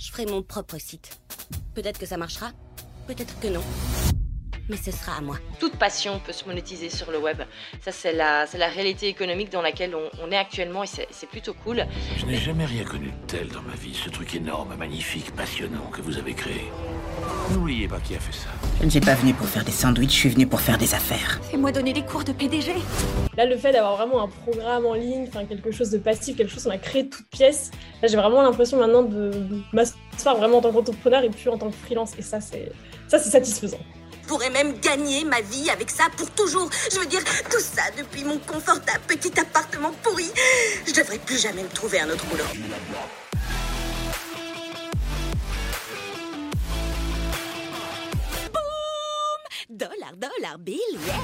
je ferai mon propre site. Peut-être que ça marchera, peut-être que non. Mais ce sera à moi. Toute passion peut se monétiser sur le web. Ça, c'est la réalité économique dans laquelle on est actuellement et c'est plutôt cool. Je n'ai jamais rien connu de tel dans ma vie. Ce truc énorme, magnifique, passionnant que vous avez créé. N'oubliez pas qui a fait ça. Je ne suis pas venu pour faire des sandwichs, je suis venu pour faire des affaires. Fais-moi donner des cours de PDG. Là, le fait d'avoir vraiment un programme en ligne, quelque chose de passif, quelque chose qu'on a créé de toutes pièces, là, j'ai vraiment l'impression maintenant de m'asseoir vraiment en tant qu'entrepreneur et plus en tant que freelance. Et ça, c'est satisfaisant. Je pourrais même gagner ma vie avec ça pour toujours. Je veux dire, tout ça depuis mon confortable petit appartement pourri. Je devrais plus jamais me trouver un autre boulot. Boum! Dollar, bill, yeah!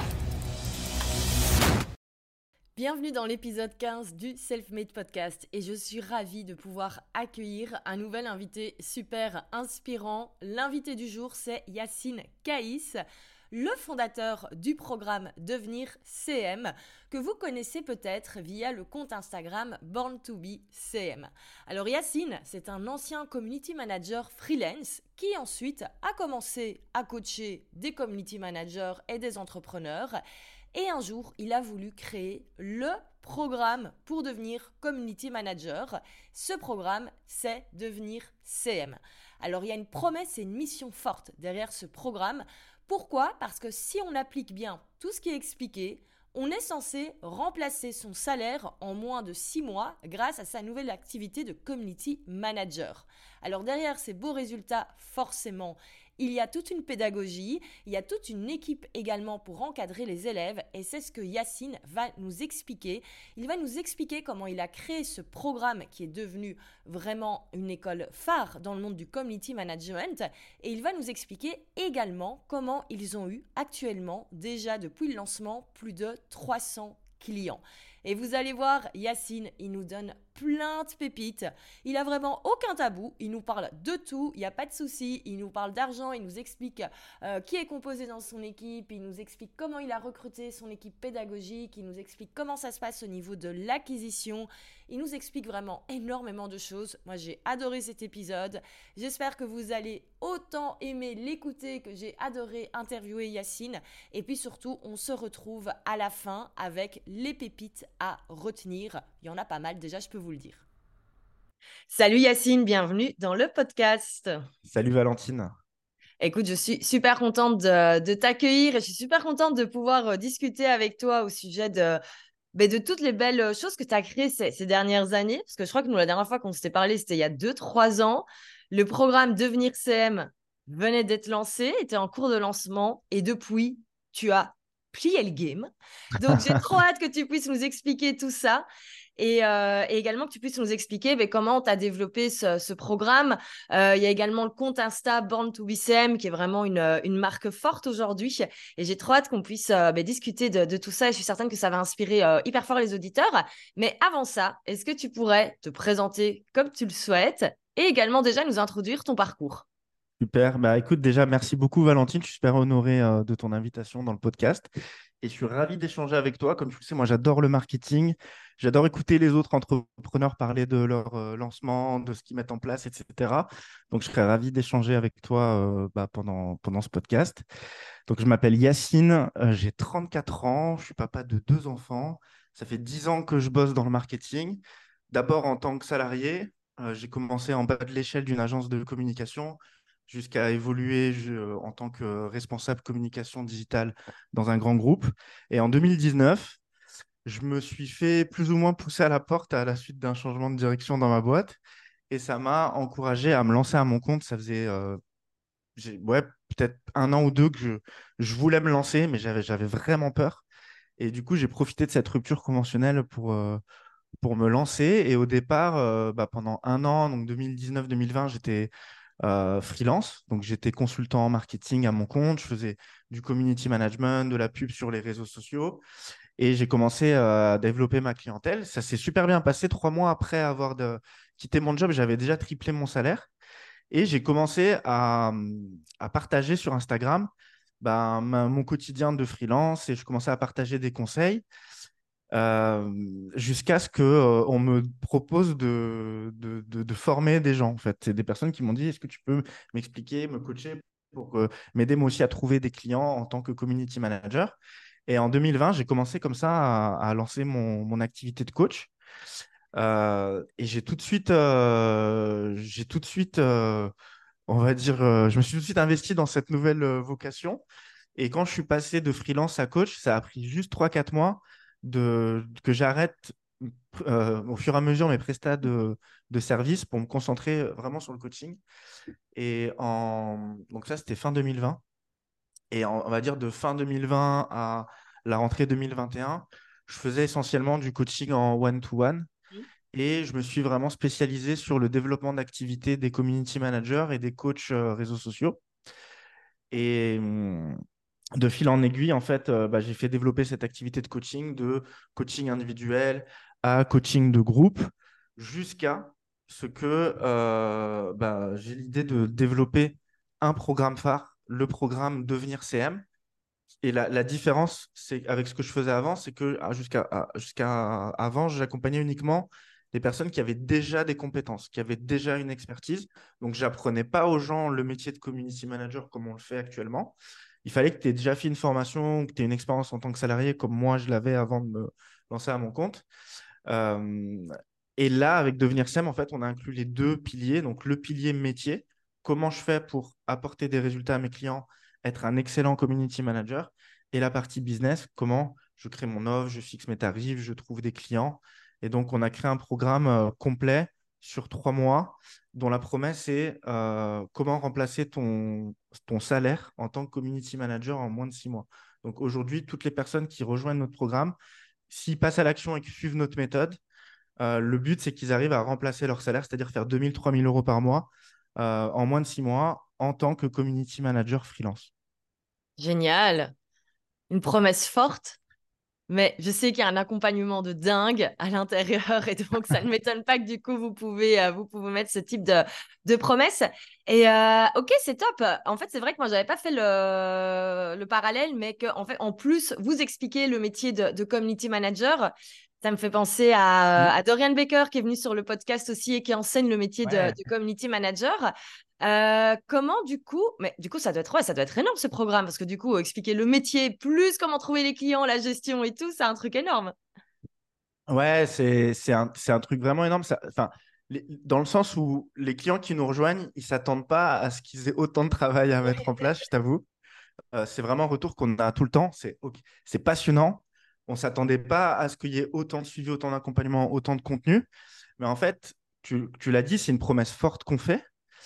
Bienvenue dans l'épisode 15 du Self-Made Podcast et je suis ravie de pouvoir accueillir un nouvel invité super inspirant. L'invité du jour, c'est Yacine Caïs, le fondateur du programme Devenir CM, que vous connaissez peut-être via le compte Instagram Born to be CM. Alors Yacine, c'est un ancien community manager freelance qui ensuite a commencé à coacher des community managers et des entrepreneurs. Et un jour, il a voulu créer le programme pour devenir community manager. Ce programme, c'est Devenir CM. Alors, il y a une promesse et une mission forte derrière ce programme. Pourquoi ? Parce que si on applique bien tout ce qui est expliqué, on est censé remplacer son salaire en moins de 6 mois grâce à sa nouvelle activité de community manager. Alors, derrière ces beaux résultats, forcément, il y a toute une pédagogie, il y a toute une équipe également pour encadrer les élèves et c'est ce que Yacine va nous expliquer. Il va nous expliquer comment il a créé ce programme qui est devenu vraiment une école phare dans le monde du community management et il va nous expliquer également comment ils ont eu actuellement, déjà depuis le lancement, plus de 300 clients. Et vous allez voir, Yacine, il nous donne plein de pépites. Il a vraiment aucun tabou. Il nous parle de tout. Il n'y a pas de souci. Il nous parle d'argent. Il nous explique qui est composé dans son équipe. Il nous explique comment il a recruté son équipe pédagogique. Il nous explique comment ça se passe au niveau de l'acquisition. Il nous explique vraiment énormément de choses. Moi, j'ai adoré cet épisode. J'espère que vous allez autant aimer l'écouter que j'ai adoré interviewer Yacine. Et puis surtout, on se retrouve à la fin avec les pépites à retenir. Il y en a pas mal, déjà, je peux vous le dire. Salut Yacine, bienvenue dans le podcast. Salut Valentine. Écoute, je suis super contente de t'accueillir et je suis super contente de pouvoir discuter avec toi au sujet de toutes les belles choses que tu as créées ces dernières années. Parce que je crois que nous, la dernière fois qu'on s'était parlé, c'était il y a 2-3 ans. Le programme Devenir CM venait d'être lancé, était en cours de lancement et depuis, tu as plié le game. Donc, j'ai trop hâte que tu puisses nous expliquer tout ça. Et également que tu puisses nous expliquer comment tu as développé ce programme. Il y a également le compte Insta Born to be CM qui est vraiment une marque forte aujourd'hui. Et j'ai trop hâte qu'on puisse discuter de tout ça. Et je suis certaine que ça va inspirer hyper fort les auditeurs. Mais avant ça, est-ce que tu pourrais te présenter comme tu le souhaites et également déjà nous introduire ton parcours ? Super. Écoute, déjà, merci beaucoup Valentine. Je suis super honoré de ton invitation dans le podcast. Et je suis ravi d'échanger avec toi. Comme tu le sais, moi, j'adore le marketing. J'adore écouter les autres entrepreneurs parler de leur lancement, de ce qu'ils mettent en place, etc. Donc, je serais ravi d'échanger avec toi pendant ce podcast. Donc, je m'appelle Yacine. J'ai 34 ans. Je suis papa de 2 enfants. Ça fait 10 ans que je bosse dans le marketing. D'abord en tant que salarié. J'ai commencé en bas de l'échelle d'une agence de communication jusqu'à évoluer en tant que responsable communication digitale dans un grand groupe. Et en 2019, je me suis fait plus ou moins pousser à la porte à la suite d'un changement de direction dans ma boîte. Et ça m'a encouragé à me lancer à mon compte. Ça faisait peut-être 1 an ou 2 que je voulais me lancer, mais j'avais vraiment peur. Et du coup, j'ai profité de cette rupture conventionnelle pour me lancer. Et au départ, pendant 1 an, donc 2019-2020, j'étais freelance. Donc, j'étais consultant en marketing à mon compte. Je faisais du community management, de la pub sur les réseaux sociaux. Et j'ai commencé à développer ma clientèle. Ça s'est super bien passé. 3 mois après avoir quitté mon job, j'avais déjà triplé mon salaire. Et j'ai commencé à partager sur Instagram mon quotidien de freelance. Et je commençais à partager des conseils. jusqu'à ce qu'on me propose de former des gens, en fait. C'est des personnes qui m'ont dit, est-ce que tu peux m'expliquer, me coacher pour m'aider moi aussi à trouver des clients en tant que community manager. Et en 2020, j'ai commencé comme ça à lancer mon activité de coach. Et j'ai tout de suite on va dire, je me suis tout de suite investi dans cette nouvelle vocation. Et quand je suis passé de freelance à coach, ça a pris juste 3 4 mois que j'arrête au fur et à mesure mes prestats de service pour me concentrer vraiment sur le coaching. Donc ça, c'était fin 2020. Et on va dire de fin 2020 à la rentrée 2021, je faisais essentiellement du coaching en one-to-one. Et je me suis vraiment spécialisé sur le développement d'activités des community managers et des coachs réseaux sociaux. Et de fil en aiguille, en fait, j'ai fait développer cette activité de coaching individuel à coaching de groupe, jusqu'à ce que j'ai l'idée de développer un programme phare, le programme Devenir CM. Et la différence avec ce que je faisais avant, c'est que jusqu'à avant, j'accompagnais uniquement des personnes qui avaient déjà des compétences, qui avaient déjà une expertise. Donc, je n'apprenais pas aux gens le métier de community manager comme on le fait actuellement. Il fallait que tu aies déjà fait une formation, que tu aies une expérience en tant que salarié comme moi je l'avais avant de me lancer à mon compte. Euh, et là, avec Devenir SEM, en fait, on a inclus les deux piliers. Donc, le pilier métier, comment je fais pour apporter des résultats à mes clients, être un excellent community manager. Et la partie business, comment je crée mon offre, je fixe mes tarifs, je trouve des clients. Et donc, on a créé un programme complet sur 3 mois dont la promesse est comment remplacer ton salaire en tant que community manager en moins de 6 mois. Donc, aujourd'hui, toutes les personnes qui rejoignent notre programme, s'ils passent à l'action et qu'ils suivent notre méthode, le but, c'est qu'ils arrivent à remplacer leur salaire, c'est-à-dire faire 2 000, 3 000 euros par mois en moins de 6 mois en tant que community manager freelance. Génial. Une promesse forte. Mais je sais qu'il y a un accompagnement de dingue à l'intérieur et donc ça ne m'étonne pas que du coup vous pouvez mettre ce type de promesses. Et ok, c'est top. En fait, c'est vrai que moi j'avais pas fait le parallèle, mais qu'en fait, en plus, vous expliquez le métier de community manager. Ça me fait penser à Dorian Baker qui est venu sur le podcast aussi et qui enseigne le métier Ouais. de community manager. Comment du coup, mais du coup ça doit être énorme ce programme parce que du coup expliquer le métier plus comment trouver les clients, la gestion et tout, c'est un truc énorme. Ouais, c'est un truc vraiment énorme. Enfin, dans le sens où les clients qui nous rejoignent, ils ne s'attendent pas à ce qu'ils aient autant de travail à mettre en place, je t'avoue. C'est vraiment un retour qu'on a tout le temps. C'est passionnant. On ne s'attendait pas à ce qu'il y ait autant de suivi, autant d'accompagnement, autant de contenu. Mais en fait, tu l'as dit, c'est une promesse forte qu'on fait.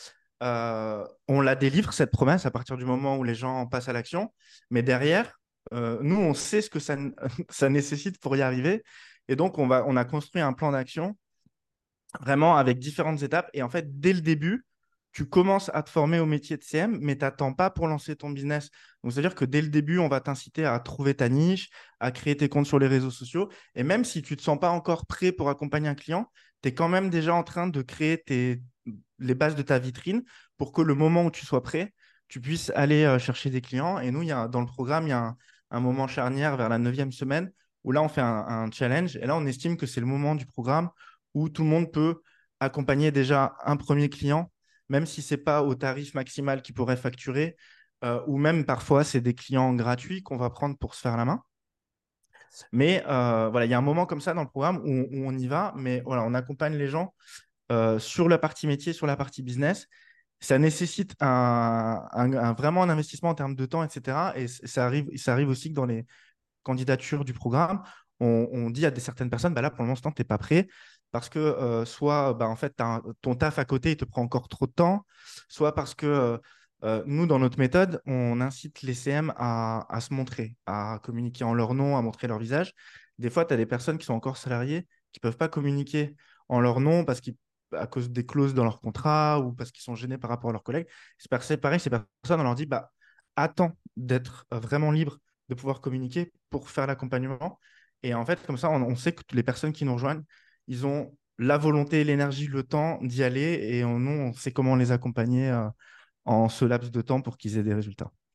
On la délivre, cette promesse, à partir du moment où les gens passent à l'action. Mais derrière, nous, on sait ce que ça nécessite pour y arriver. Et donc, on a construit un plan d'action vraiment avec différentes étapes. Et en fait, dès le début, tu commences à te former au métier de CM, mais tu n'attends pas pour lancer ton business. Donc, c'est-à-dire que dès le début, on va t'inciter à trouver ta niche, à créer tes comptes sur les réseaux sociaux. Et même si tu ne te sens pas encore prêt pour accompagner un client, tu es quand même déjà en train de créer les bases de ta vitrine pour que le moment où tu sois prêt, tu puisses aller chercher des clients. Et nous, dans le programme, il y a un moment charnière vers la 9e semaine où là, on fait un challenge. Et là, on estime que c'est le moment du programme où tout le monde peut accompagner déjà un premier client, même si ce n'est pas au tarif maximal qu'il pourrait facturer, ou même parfois, c'est des clients gratuits qu'on va prendre pour se faire la main. Mais voilà, il y a un moment comme ça dans le programme où on y va, mais voilà, on accompagne les gens sur la partie métier, sur la partie business. Ça nécessite vraiment un investissement en termes de temps, etc. Et ça arrive aussi que dans les candidatures du programme, on dit à certaines personnes, bah là, pour l'instant, tu n'es pas prêt parce que soit en fait, ton taf à côté, il te prend encore trop de temps, soit parce que nous, dans notre méthode, on incite les CM à se montrer, à communiquer en leur nom, à montrer leur visage. Des fois, tu as des personnes qui sont encore salariées qui ne peuvent pas communiquer en leur nom à cause des clauses dans leur contrat ou parce qu'ils sont gênés par rapport à leurs collègues. C'est pareil, ces personnes, on leur dit, bah, attends d'être vraiment libre de pouvoir communiquer pour faire l'accompagnement. Et en fait, comme ça, on sait que les personnes qui nous rejoignent, ils ont la volonté, l'énergie, le temps d'y aller et nous, on sait comment les accompagner en ce laps de temps pour qu'ils aient des résultats.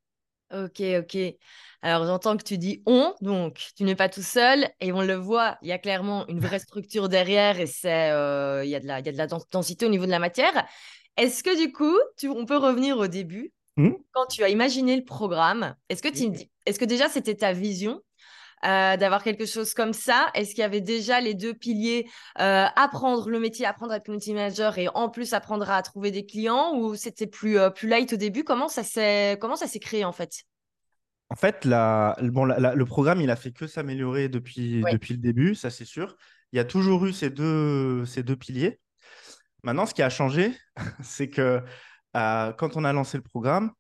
Ok, ok. Alors j'entends que tu dis on, donc tu n'es pas tout seul et on le voit, il y a clairement une vraie structure derrière et il y a de la densité au niveau de la matière. Est-ce que du coup, on peut revenir au début, Hmm. quand tu as imaginé le programme, est-ce que déjà c'était ta vision d'avoir quelque chose comme ça? Est-ce qu'il y avait déjà les deux piliers, apprendre le métier, apprendre à être community manager et en plus apprendre à trouver des clients ou c'était plus light au début? Comment ça s'est créé en fait? En fait, le programme, il a fait que s'améliorer depuis le début, ça c'est sûr. Il y a toujours eu ces deux piliers. Maintenant, ce qui a changé, c'est que quand on a lancé le programme,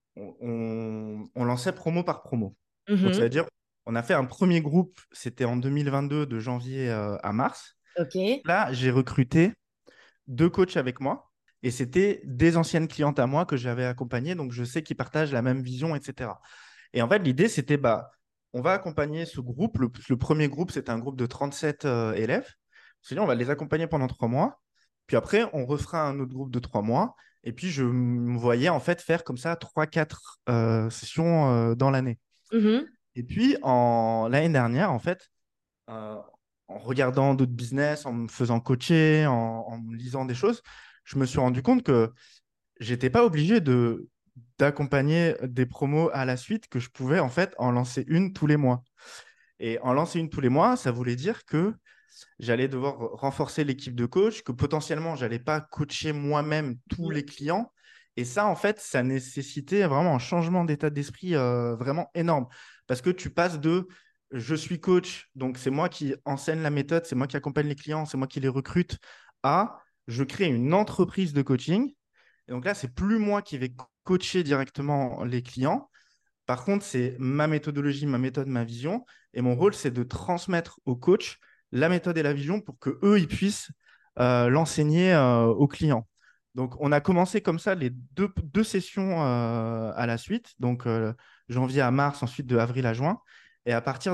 on lançait promo par promo. Donc, ça Mhm. veut dire, on a fait un premier groupe, c'était en 2022, de janvier à mars. Ok. Là, j'ai recruté 2 coachs avec moi et c'était des anciennes clientes à moi que j'avais accompagnées, donc je sais qu'ils partagent la même vision, etc. Et en fait, l'idée, c'était, on va accompagner ce groupe. Le premier groupe, c'était un groupe de 37 élèves. C'est-à-dire, on va les accompagner pendant 3 mois. Puis après, on refera un autre groupe de 3 mois. Et puis, je me voyais en fait faire comme ça 3, 4 sessions dans l'année. Mhm. Et puis, l'année dernière, en fait, euh, en regardant d'autres business, en me faisant coacher, en me lisant des choses, je me suis rendu compte que j'étais pas obligé d'accompagner des promos à la suite, que je pouvais en fait en lancer une tous les mois. Et en lancer une tous les mois, ça voulait dire que j'allais devoir renforcer l'équipe de coach, que potentiellement j'allais pas coacher moi-même tous les clients. Et ça, en fait, ça nécessitait vraiment un changement d'état d'esprit vraiment énorme. Parce que tu passes de je suis coach, donc c'est moi qui enseigne la méthode, c'est moi qui accompagne les clients, c'est moi qui les recrute, à je crée une entreprise de coaching. Et donc là, c'est plus moi qui vais coacher directement les clients. Par contre, c'est ma méthodologie, ma méthode, ma vision. Et mon rôle, c'est de transmettre aux coachs la méthode et la vision pour que eux, ils puissent l'enseigner aux clients. Donc, on a commencé comme ça les deux sessions à la suite, donc janvier à mars, ensuite de avril à juin. Et à partir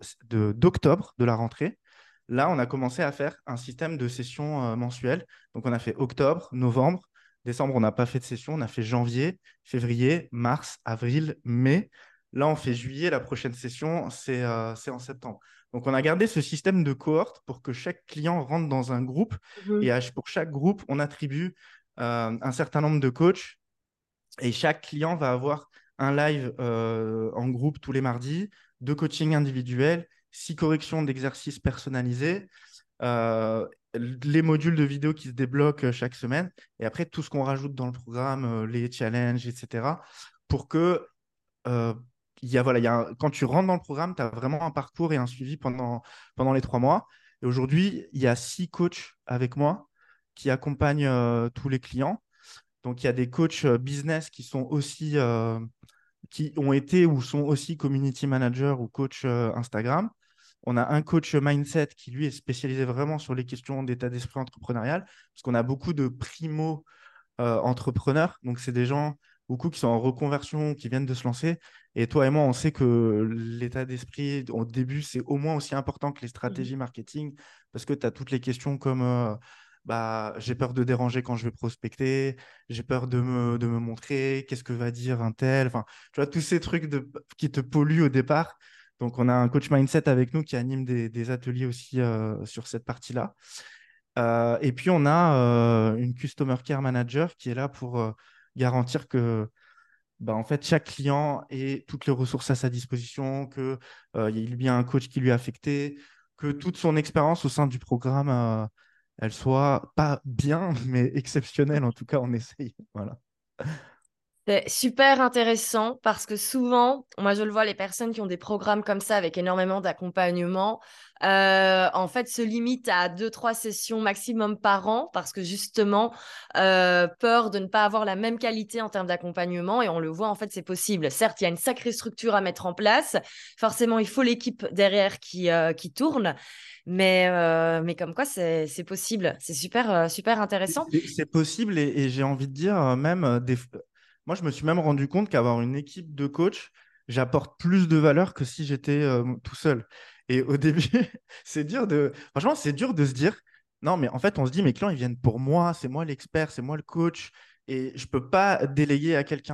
d'octobre, de la rentrée, là, on a commencé à faire un système de sessions mensuelles. Donc, on a fait octobre, novembre, décembre, on n'a pas fait de session. On a fait janvier, février, mars, avril, mai. Là, on fait juillet. La prochaine session, c'est en septembre. Donc, on a gardé ce système de cohorte pour que chaque client rentre dans un groupe. Et Mhm. pour chaque groupe, on attribue un certain nombre de coachs. Et chaque client va avoir un live en groupe tous les mardis, 2 coachings individuels, 6 corrections d'exercices personnalisés, les modules de vidéo qui se débloquent chaque semaine, et après tout ce qu'on rajoute dans le programme, les challenges, etc., pour que euh, quand tu rentres dans le programme, tu as vraiment un parcours et un suivi pendant les 3 mois. Et aujourd'hui, il y a 6 coachs avec moi qui accompagnent tous les clients. Donc, il y a des coachs business qui ont été ou sont aussi community managers ou coach Instagram. On a un coach mindset qui, lui, est spécialisé vraiment sur les questions d'état d'esprit entrepreneurial, parce qu'on a beaucoup de primo-entrepreneurs. Donc, c'est des gens, beaucoup qui sont en reconversion, qui viennent de se lancer. Et toi et moi, on sait que l'état d'esprit, au début, c'est au moins aussi important que les Mhm. stratégies marketing, parce que tu as toutes les questions comme j'ai peur de déranger quand je vais prospecter, j'ai peur de me montrer, qu'est-ce que va dire un tel. Enfin, tu vois, tous ces trucs qui te polluent au départ. Donc, on a un coach mindset avec nous qui anime des ateliers aussi sur cette partie-là. Et puis, on a une Customer Care Manager qui est là pour garantir que en fait, chaque client ait toutes les ressources à sa disposition, qu'il y ait bien un coach qui lui est affecté, que toute son expérience au sein du programme, elle soit pas bien, mais exceptionnelle. En tout cas, on essaye. Voilà. C'est super intéressant parce que souvent, moi je le vois, les personnes qui ont des programmes comme ça avec énormément d'accompagnement, en fait, se limitent à 2, 3 sessions maximum par an parce que justement, peur de ne pas avoir la même qualité en termes d'accompagnement et on le voit, en fait, c'est possible. Certes, il y a une sacrée structure à mettre en place. Forcément, il faut l'équipe derrière qui tourne. Mais comme quoi, c'est possible. C'est super intéressant. C'est possible et j'ai envie de dire même moi je me suis même rendu compte qu'avoir une équipe de coach, j'apporte plus de valeur que si j'étais tout seul. Et au début, franchement, c'est dur de se dire, non, mais en fait, on se dit, mes clients, ils viennent pour moi, c'est moi l'expert, c'est moi le coach, et je peux pas déléguer à quelqu'un.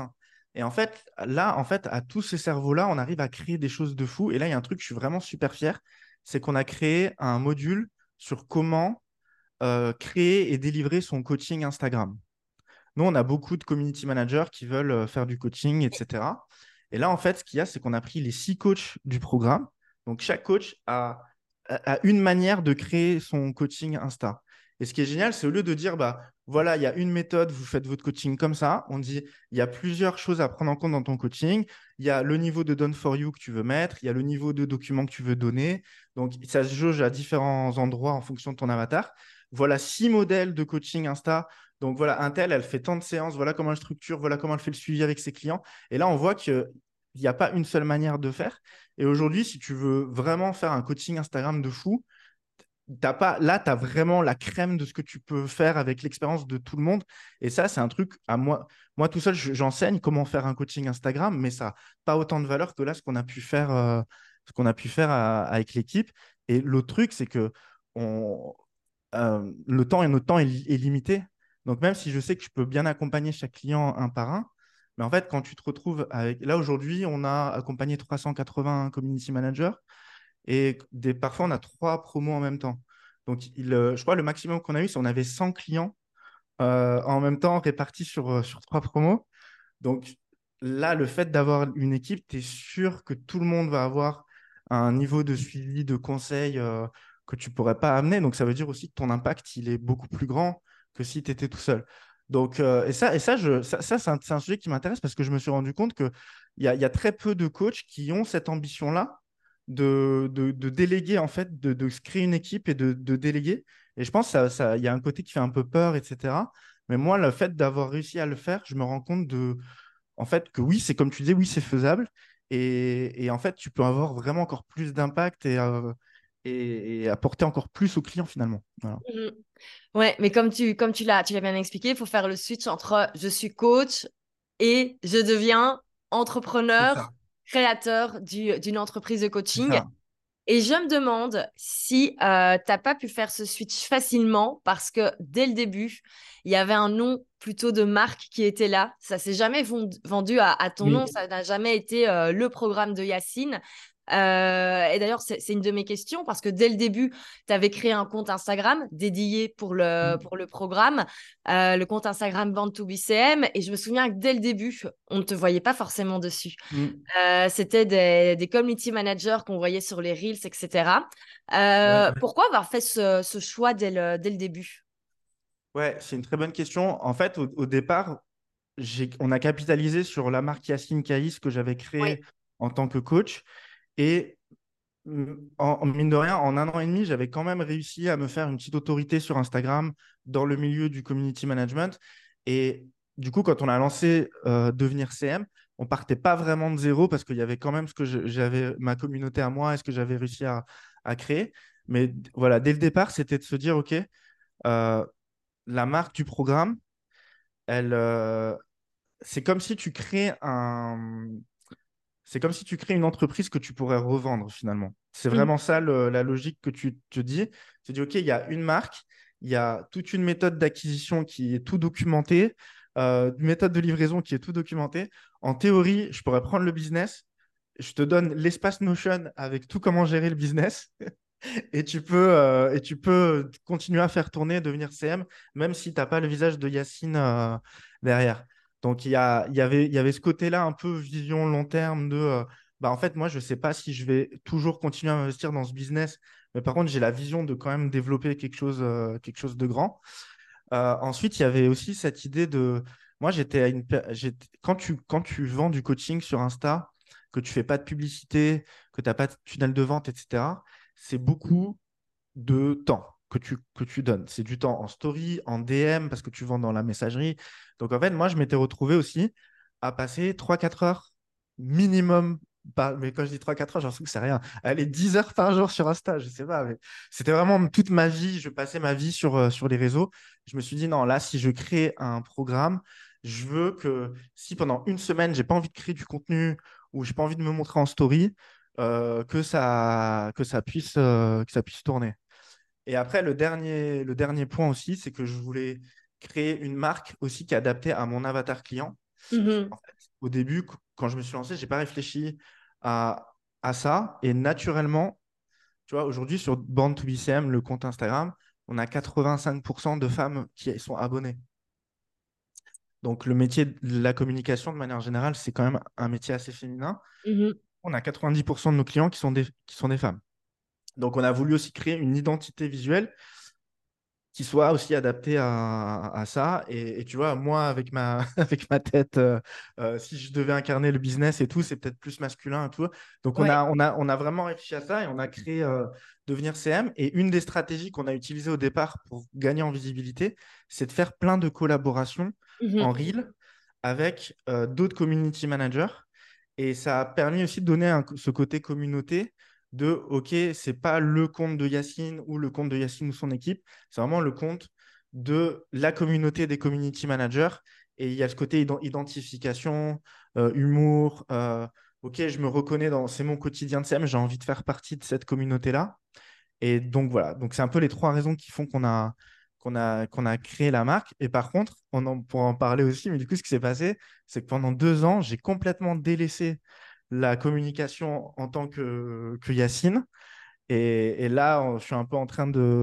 Et en fait, là, en fait, à tous ces cerveaux-là, on arrive à créer des choses de fou. Et là, il y a un truc, je suis vraiment super fier, c'est qu'on a créé un module sur comment créer et délivrer son coaching Instagram. Nous, on a beaucoup de community managers qui veulent faire du coaching, etc. Et là, en fait, ce qu'il y a, c'est qu'on a pris les 6 coachs du programme. Donc, chaque coach a une manière de créer son coaching Insta. Et ce qui est génial, c'est au lieu de dire, bah, voilà, il y a une méthode, vous faites votre coaching comme ça, on dit, il y a plusieurs choses à prendre en compte dans ton coaching. Il y a le niveau de done for you que tu veux mettre, il y a le niveau de document que tu veux donner. Donc, ça se jauge à différents endroits en fonction de ton avatar. Voilà 6 modèles de coaching Insta. Donc voilà, Intel, elle fait tant de séances, voilà comment elle structure, voilà comment elle fait le suivi avec ses clients. Et là, on voit qu'il n'y a pas une seule manière de faire. Et aujourd'hui, si tu veux vraiment faire un coaching Instagram de fou, là, tu as vraiment la crème de ce que tu peux faire avec l'expérience de tout le monde. Et ça, c'est un truc à moi. Moi, tout seul, j'enseigne comment faire un coaching Instagram, mais ça n'a pas autant de valeur que là, ce qu'on a pu faire, avec l'équipe. Et l'autre truc, c'est que notre temps est limité. Donc, même si je sais que je peux bien accompagner chaque client un par un, mais en fait, quand tu te retrouves avec. Là, aujourd'hui, on a accompagné 380 community managers et parfois, on a 3 promos en même temps. Donc, je crois que le maximum qu'on a eu, c'est qu'on avait 100 clients en même temps répartis sur 3 promos. Donc, là, le fait d'avoir une équipe, tu es sûr que tout le monde va avoir un niveau de suivi, de conseil que tu ne pourrais pas amener. Donc, ça veut dire aussi que ton impact, il est beaucoup plus grand que si tu étais tout seul. Donc, c'est un sujet qui m'intéresse parce que je me suis rendu compte qu'il y a très peu de coachs qui ont cette ambition-là de déléguer, en fait, de se créer une équipe et de déléguer. Et je pense qu'il y a un côté qui fait un peu peur, etc. Mais moi, le fait d'avoir réussi à le faire, je me rends compte en fait, que oui, c'est comme tu disais, oui, c'est faisable. Et en fait, tu peux avoir vraiment encore plus d'impact et apporter encore plus aux clients finalement. Voilà. Mhm. Ouais, mais tu l'as bien expliqué, il faut faire le switch entre je suis coach et je deviens C'est entrepreneur, ça. créateur d'une entreprise de C'est coaching. ça. Et je me demande si t'as pas pu faire ce switch facilement parce que dès le début, il y avait un nom plutôt de marque qui était là. Ça s'est jamais vendu à ton nom, Oui. ça n'a jamais été le programme de Yacine. Et d'ailleurs, c'est une de mes questions parce que dès le début, tu avais créé un compte Instagram dédié pour le programme, le compte Instagram Band to BCM. Et je me souviens que dès le début, on ne te voyait pas forcément dessus. Mm. C'était des community managers qu'on voyait sur les Reels, etc. Ouais. Pourquoi avoir fait ce choix dès le début? Ouais, c'est une très bonne question. En fait, au départ, on a capitalisé sur la marque Yacine Caïs que j'avais Oui. créée en tant que coach. Et mine de rien, en 1 an et demi, j'avais quand même réussi à me faire une petite autorité sur Instagram dans le milieu du community management. Et du coup, quand on a lancé Devenir CM, on partait pas vraiment de zéro parce qu'il y avait quand même ce que j'avais, ma communauté à moi et ce que j'avais réussi à créer. Mais voilà, dès le départ, c'était de se dire, OK, euh, la marque du programme, elle, c'est comme si tu crées c'est comme si tu crées une entreprise que tu pourrais revendre finalement. C'est Mhm. vraiment ça la logique que tu te dis. Tu te dis, OK, il y a une marque, il y a toute une méthode d'acquisition qui est tout documentée, une méthode de livraison qui est tout documentée. En théorie, je pourrais prendre le business, je te donne l'espace Notion avec tout comment gérer le business et tu peux continuer à faire tourner, devenir CM, même si tu n'as pas le visage de Yacine derrière. Donc, il y avait ce côté-là, un peu vision long terme bah, en fait, moi, je ne sais pas si je vais toujours continuer à investir dans ce business, mais par contre, j'ai la vision de quand même développer quelque chose de grand. Ensuite, il y avait aussi cette idée de. Moi, quand tu vends du coaching sur Insta, que tu fais pas de publicité, que tu n'as pas de tunnel de vente, etc., c'est beaucoup de temps que tu donnes. C'est du temps en story, en DM, parce que tu vends dans la messagerie. Donc, en fait, moi, je m'étais retrouvé aussi à passer 3 4 heures minimum. Mais quand je dis 3 4 heures, j'ai l'impression que c'est rien. Allez, 10 heures par jour sur Insta, je sais pas. Mais c'était vraiment toute ma vie. Je passais ma vie sur les réseaux. Je me suis dit, non, là, si je crée un programme, je veux que si pendant une semaine, j'ai pas envie de créer du contenu ou j'ai pas envie de me montrer en story, que ça puisse tourner. Et après, le dernier point aussi, c'est que je voulais créer une marque aussi qui est adaptée à mon avatar client. Mhm. En fait, au début, quand je me suis lancé, je n'ai pas réfléchi à ça. Et naturellement, tu vois, aujourd'hui, sur Born to BCM, le compte Instagram, on a 85% de femmes qui sont abonnées. Donc, le métier de la communication, de manière générale, c'est quand même un métier assez féminin. Mhm. On a 90% de nos clients qui sont des femmes. Donc, on a voulu aussi créer une identité visuelle qui soit aussi adapté à ça. Et tu vois, moi, avec ma, avec ma tête, si je devais incarner le business et tout, c'est peut-être plus masculin et tout. Donc, on Ouais. a, on a, on a vraiment réfléchi à ça et on a créé Devenir CM. Et une des stratégies qu'on a utilisées au départ pour gagner en visibilité, c'est de faire plein de collaborations en Mhm. reel avec d'autres community managers. Et ça a permis aussi de donner ce côté communauté de, OK, c'est pas le compte de Yacine ou le compte de Yacine ou son équipe, c'est vraiment le compte de la communauté des community managers. Et il y a ce côté identification, humour. OK, je me reconnais c'est mon quotidien de CM, j'ai envie de faire partie de cette communauté-là. Et donc voilà, donc c'est un peu les trois raisons qui font qu'on a créé la marque. Et par contre, on pourra en parler aussi, mais du coup, ce qui s'est passé, c'est que pendant 2 ans, j'ai complètement délaissé la communication en tant que Yacine. Et là, je suis un peu en train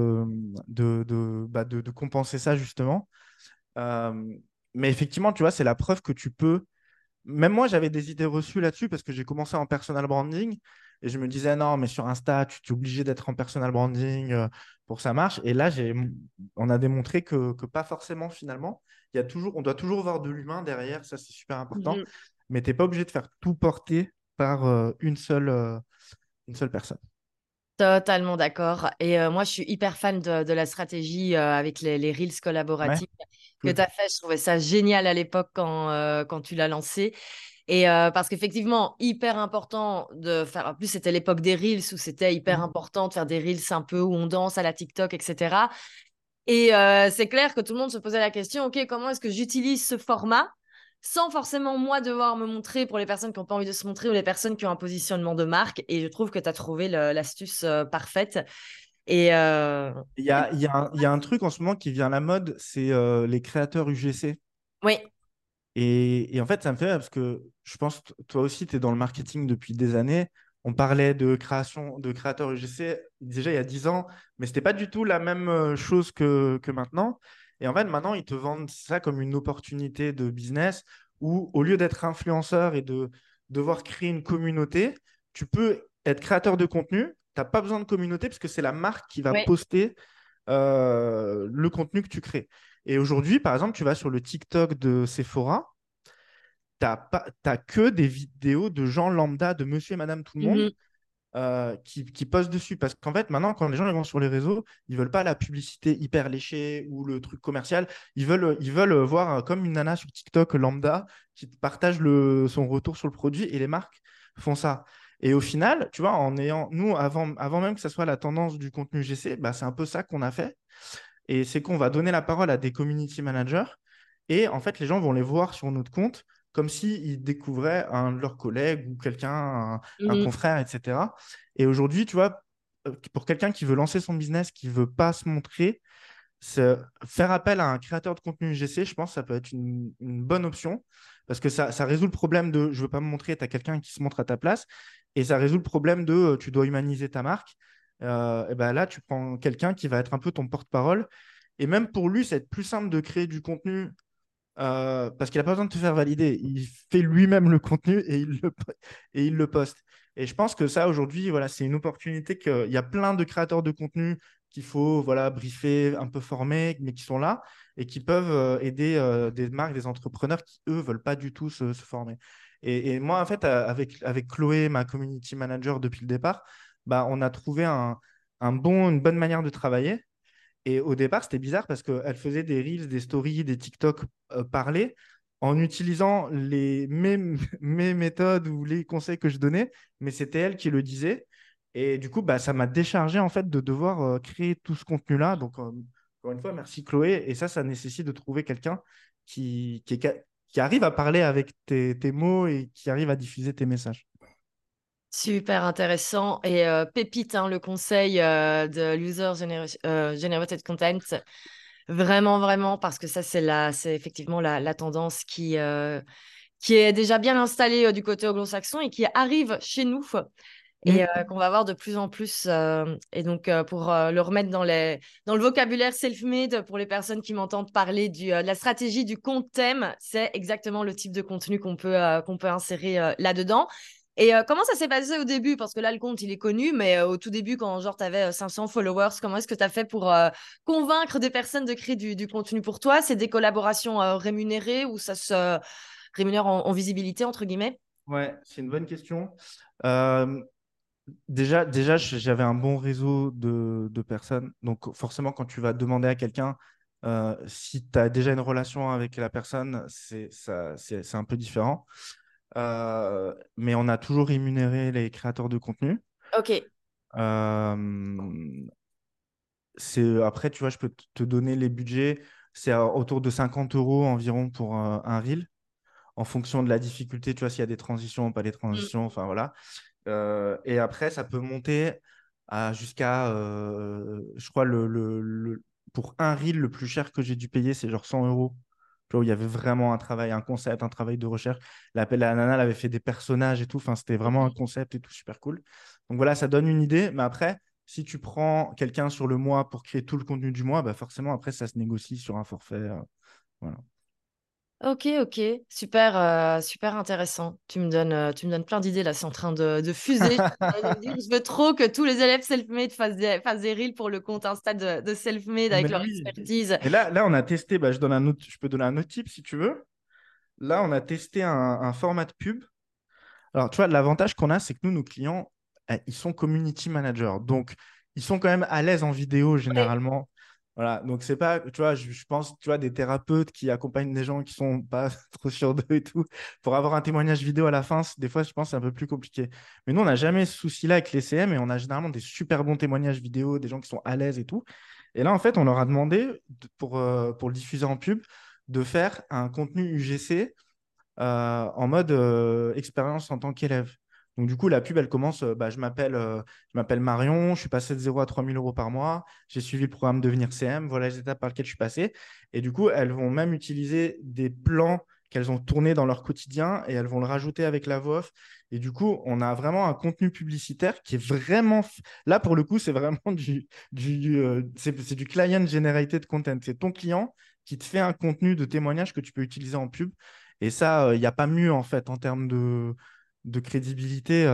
de compenser ça, justement. Euh, mais effectivement, tu vois, c'est la preuve que tu peux. Même moi, j'avais des idées reçues là-dessus parce que j'ai commencé en personal branding et je me disais, non, mais sur Insta, tu es obligé d'être en personal branding pour que ça marche. Et là, on a démontré que pas forcément finalement. On doit toujours voir de l'humain derrière, ça c'est super important. Mhm. Mais tu n'es pas obligé de faire tout porter par une seule personne. Totalement d'accord. Et moi, je suis hyper fan de la stratégie avec les Reels Ouais, collaboratifs que cool. tu as fait. Je trouvais ça génial à l'époque quand tu l'as lancé. Et parce qu'effectivement, hyper important de faire. En plus, c'était l'époque des Reels où c'était hyper Mhm. important de faire des Reels un peu où on danse à la TikTok, etc. Et c'est clair que tout le monde se posait la question, OK, comment est-ce que j'utilise ce format sans forcément moi devoir me montrer pour les personnes qui n'ont pas envie de se montrer ou les personnes qui ont un positionnement de marque. Et je trouve que tu as trouvé l'astuce parfaite. Et Il y a un truc en ce moment qui vient à la mode, c'est les créateurs UGC. oui. Et en fait, ça me fait rire parce que je pense que toi aussi, tu es dans le marketing depuis des années. On parlait de création de créateurs UGC déjà il y a 10 ans, mais ce n'était pas du tout la même chose que maintenant. Et en fait, maintenant, ils te vendent ça comme une opportunité de business où, au lieu d'être influenceur et de devoir créer une communauté, tu peux être créateur de contenu. Tu n'as pas besoin de communauté parce que c'est la marque qui va Oui. poster le contenu que tu crées. Et aujourd'hui, par exemple, tu vas sur le TikTok de Sephora, t'as que des vidéos de gens lambda, de monsieur et madame tout le monde, Mhm. qui postent dessus. Parce qu'en fait, maintenant, quand les gens ils vont sur les réseaux, ils veulent pas la publicité hyper léchée ou le truc commercial. Ils veulent voir comme une nana sur TikTok lambda qui te partage son retour sur le produit et les marques font ça. Et au final, tu vois, nous, avant même que ça soit la tendance du contenu GC, bah, c'est un peu ça qu'on a fait. Et c'est qu'on va donner la parole à des community managers et en fait, les gens vont les voir sur notre compte comme s'ils découvraient un de leurs collègues ou quelqu'un, un Mhm. confrère, etc. Et aujourd'hui, tu vois, pour quelqu'un qui veut lancer son business, qui ne veut pas se montrer, faire appel à un créateur de contenu UGC, je pense que ça peut être une bonne option parce que ça résout le problème de je ne veux pas me montrer, tu as quelqu'un qui se montre à ta place et ça résout le problème de tu dois humaniser ta marque. Et ben là, tu prends quelqu'un qui va être un peu ton porte-parole et même pour lui, ça va être plus simple de créer du contenu parce qu'il n'a pas besoin de te faire valider. Il fait lui-même le contenu et il le poste. Et je pense que ça, aujourd'hui, voilà, c'est une opportunité qu'il y a plein de créateurs de contenu qu'il faut voilà, briefer, un peu former, mais qui sont là et qui peuvent aider des marques, des entrepreneurs qui, eux, ne veulent pas du tout se former. Et moi, en fait, avec Chloé, ma community manager depuis le départ, bah, on a trouvé une bonne manière de travailler. Et au départ, c'était bizarre parce qu'elle faisait des reels, des stories, des TikTok parlés en utilisant mes méthodes ou les conseils que je donnais, mais c'était elle qui le disait. Et du coup, bah, ça m'a déchargé en fait de devoir créer tout ce contenu-là. Donc, encore une fois, merci Chloé. Et ça nécessite de trouver quelqu'un qui arrive à parler avec tes mots et qui arrive à diffuser tes messages. Super intéressant. Et pépite, hein, le conseil de Generated Content. Vraiment, vraiment, parce que ça, c'est effectivement la tendance qui est déjà bien installée du côté anglo-saxon et qui arrive chez nous et Mm. qu'on va voir de plus en plus. Et donc, pour le remettre dans le vocabulaire self-made, pour les personnes qui m'entendent parler de la stratégie du compte thème, c'est exactement le type de contenu qu'on peut insérer là-dedans. Et comment ça s'est passé au début? Parce que là, le compte, il est connu, mais au tout début, quand genre, tu avais 500 followers, comment est-ce que tu as fait pour convaincre des personnes de créer du contenu pour toi? C'est des collaborations rémunérées ou ça se rémunère en visibilité, entre guillemets? Ouais, c'est une bonne question. Euh, déjà, j'avais un bon réseau de personnes. Donc, forcément, quand tu vas demander à quelqu'un, si tu as déjà une relation avec la personne, c'est un peu différent. Mais on a toujours rémunéré les créateurs de contenu. Ok. Euh, après, tu vois, je peux te donner les budgets. C'est autour de 50 euros environ pour un reel, en fonction de la difficulté, tu vois, s'il y a des transitions, pas des Mm. transitions, enfin voilà. Et après, ça peut monter jusqu'à, je crois, pour un reel, le plus cher que j'ai dû payer, c'est genre 100 euros. Tu vois, où il y avait vraiment un travail, un concept, un travail de recherche. L'appel à la nana, elle avait fait des personnages et tout. Enfin, c'était vraiment un concept et tout, super cool. Donc voilà, ça donne une idée. Mais après, si tu prends quelqu'un sur le mois pour créer tout le contenu du mois, bah forcément, après, ça se négocie sur un forfait. Voilà. Ok, ok, super, super intéressant. Tu me donnes plein d'idées là, c'est en train de fuser. Je suis en train de me dire, je veux trop que tous les élèves self-made fassent des reels pour le compte Insta de self-made avec Mais leur oui. expertise. Et là, on a testé, bah, je peux donner un autre tip si tu veux. Là, on a testé un format de pub. Alors, tu vois, l'avantage qu'on a, c'est que nous, nos clients, ils sont community managers. Donc, ils sont quand même à l'aise en vidéo Ouais. généralement. Voilà. Donc, c'est pas, tu vois, je pense, tu vois, des thérapeutes qui accompagnent des gens qui sont pas trop sûrs d'eux et tout. Pour avoir un témoignage vidéo à la fin, des fois, je pense, c'est un peu plus compliqué. Mais nous, on n'a jamais ce souci-là avec les CM et on a généralement des super bons témoignages vidéo, des gens qui sont à l'aise et tout. Et là, en fait, on leur a demandé, pour le diffuser en pub, de faire un contenu UGC en mode expérience en tant qu'élève. Donc, du coup, la pub, elle commence bah, je m'appelle Marion, je suis passé de 0 à 3 000 euros par mois, j'ai suivi le programme Devenir CM, voilà les étapes par lesquelles je suis passé. Et du coup, elles vont même utiliser des plans qu'elles ont tournés dans leur quotidien et elles vont le rajouter avec la voix off. Et du coup, on a vraiment un contenu publicitaire qui est vraiment. Là, pour le coup, c'est vraiment c'est du client generated content. C'est ton client qui te fait un contenu de témoignage que tu peux utiliser en pub. Et ça, il n'y a pas mieux en fait en termes de crédibilité.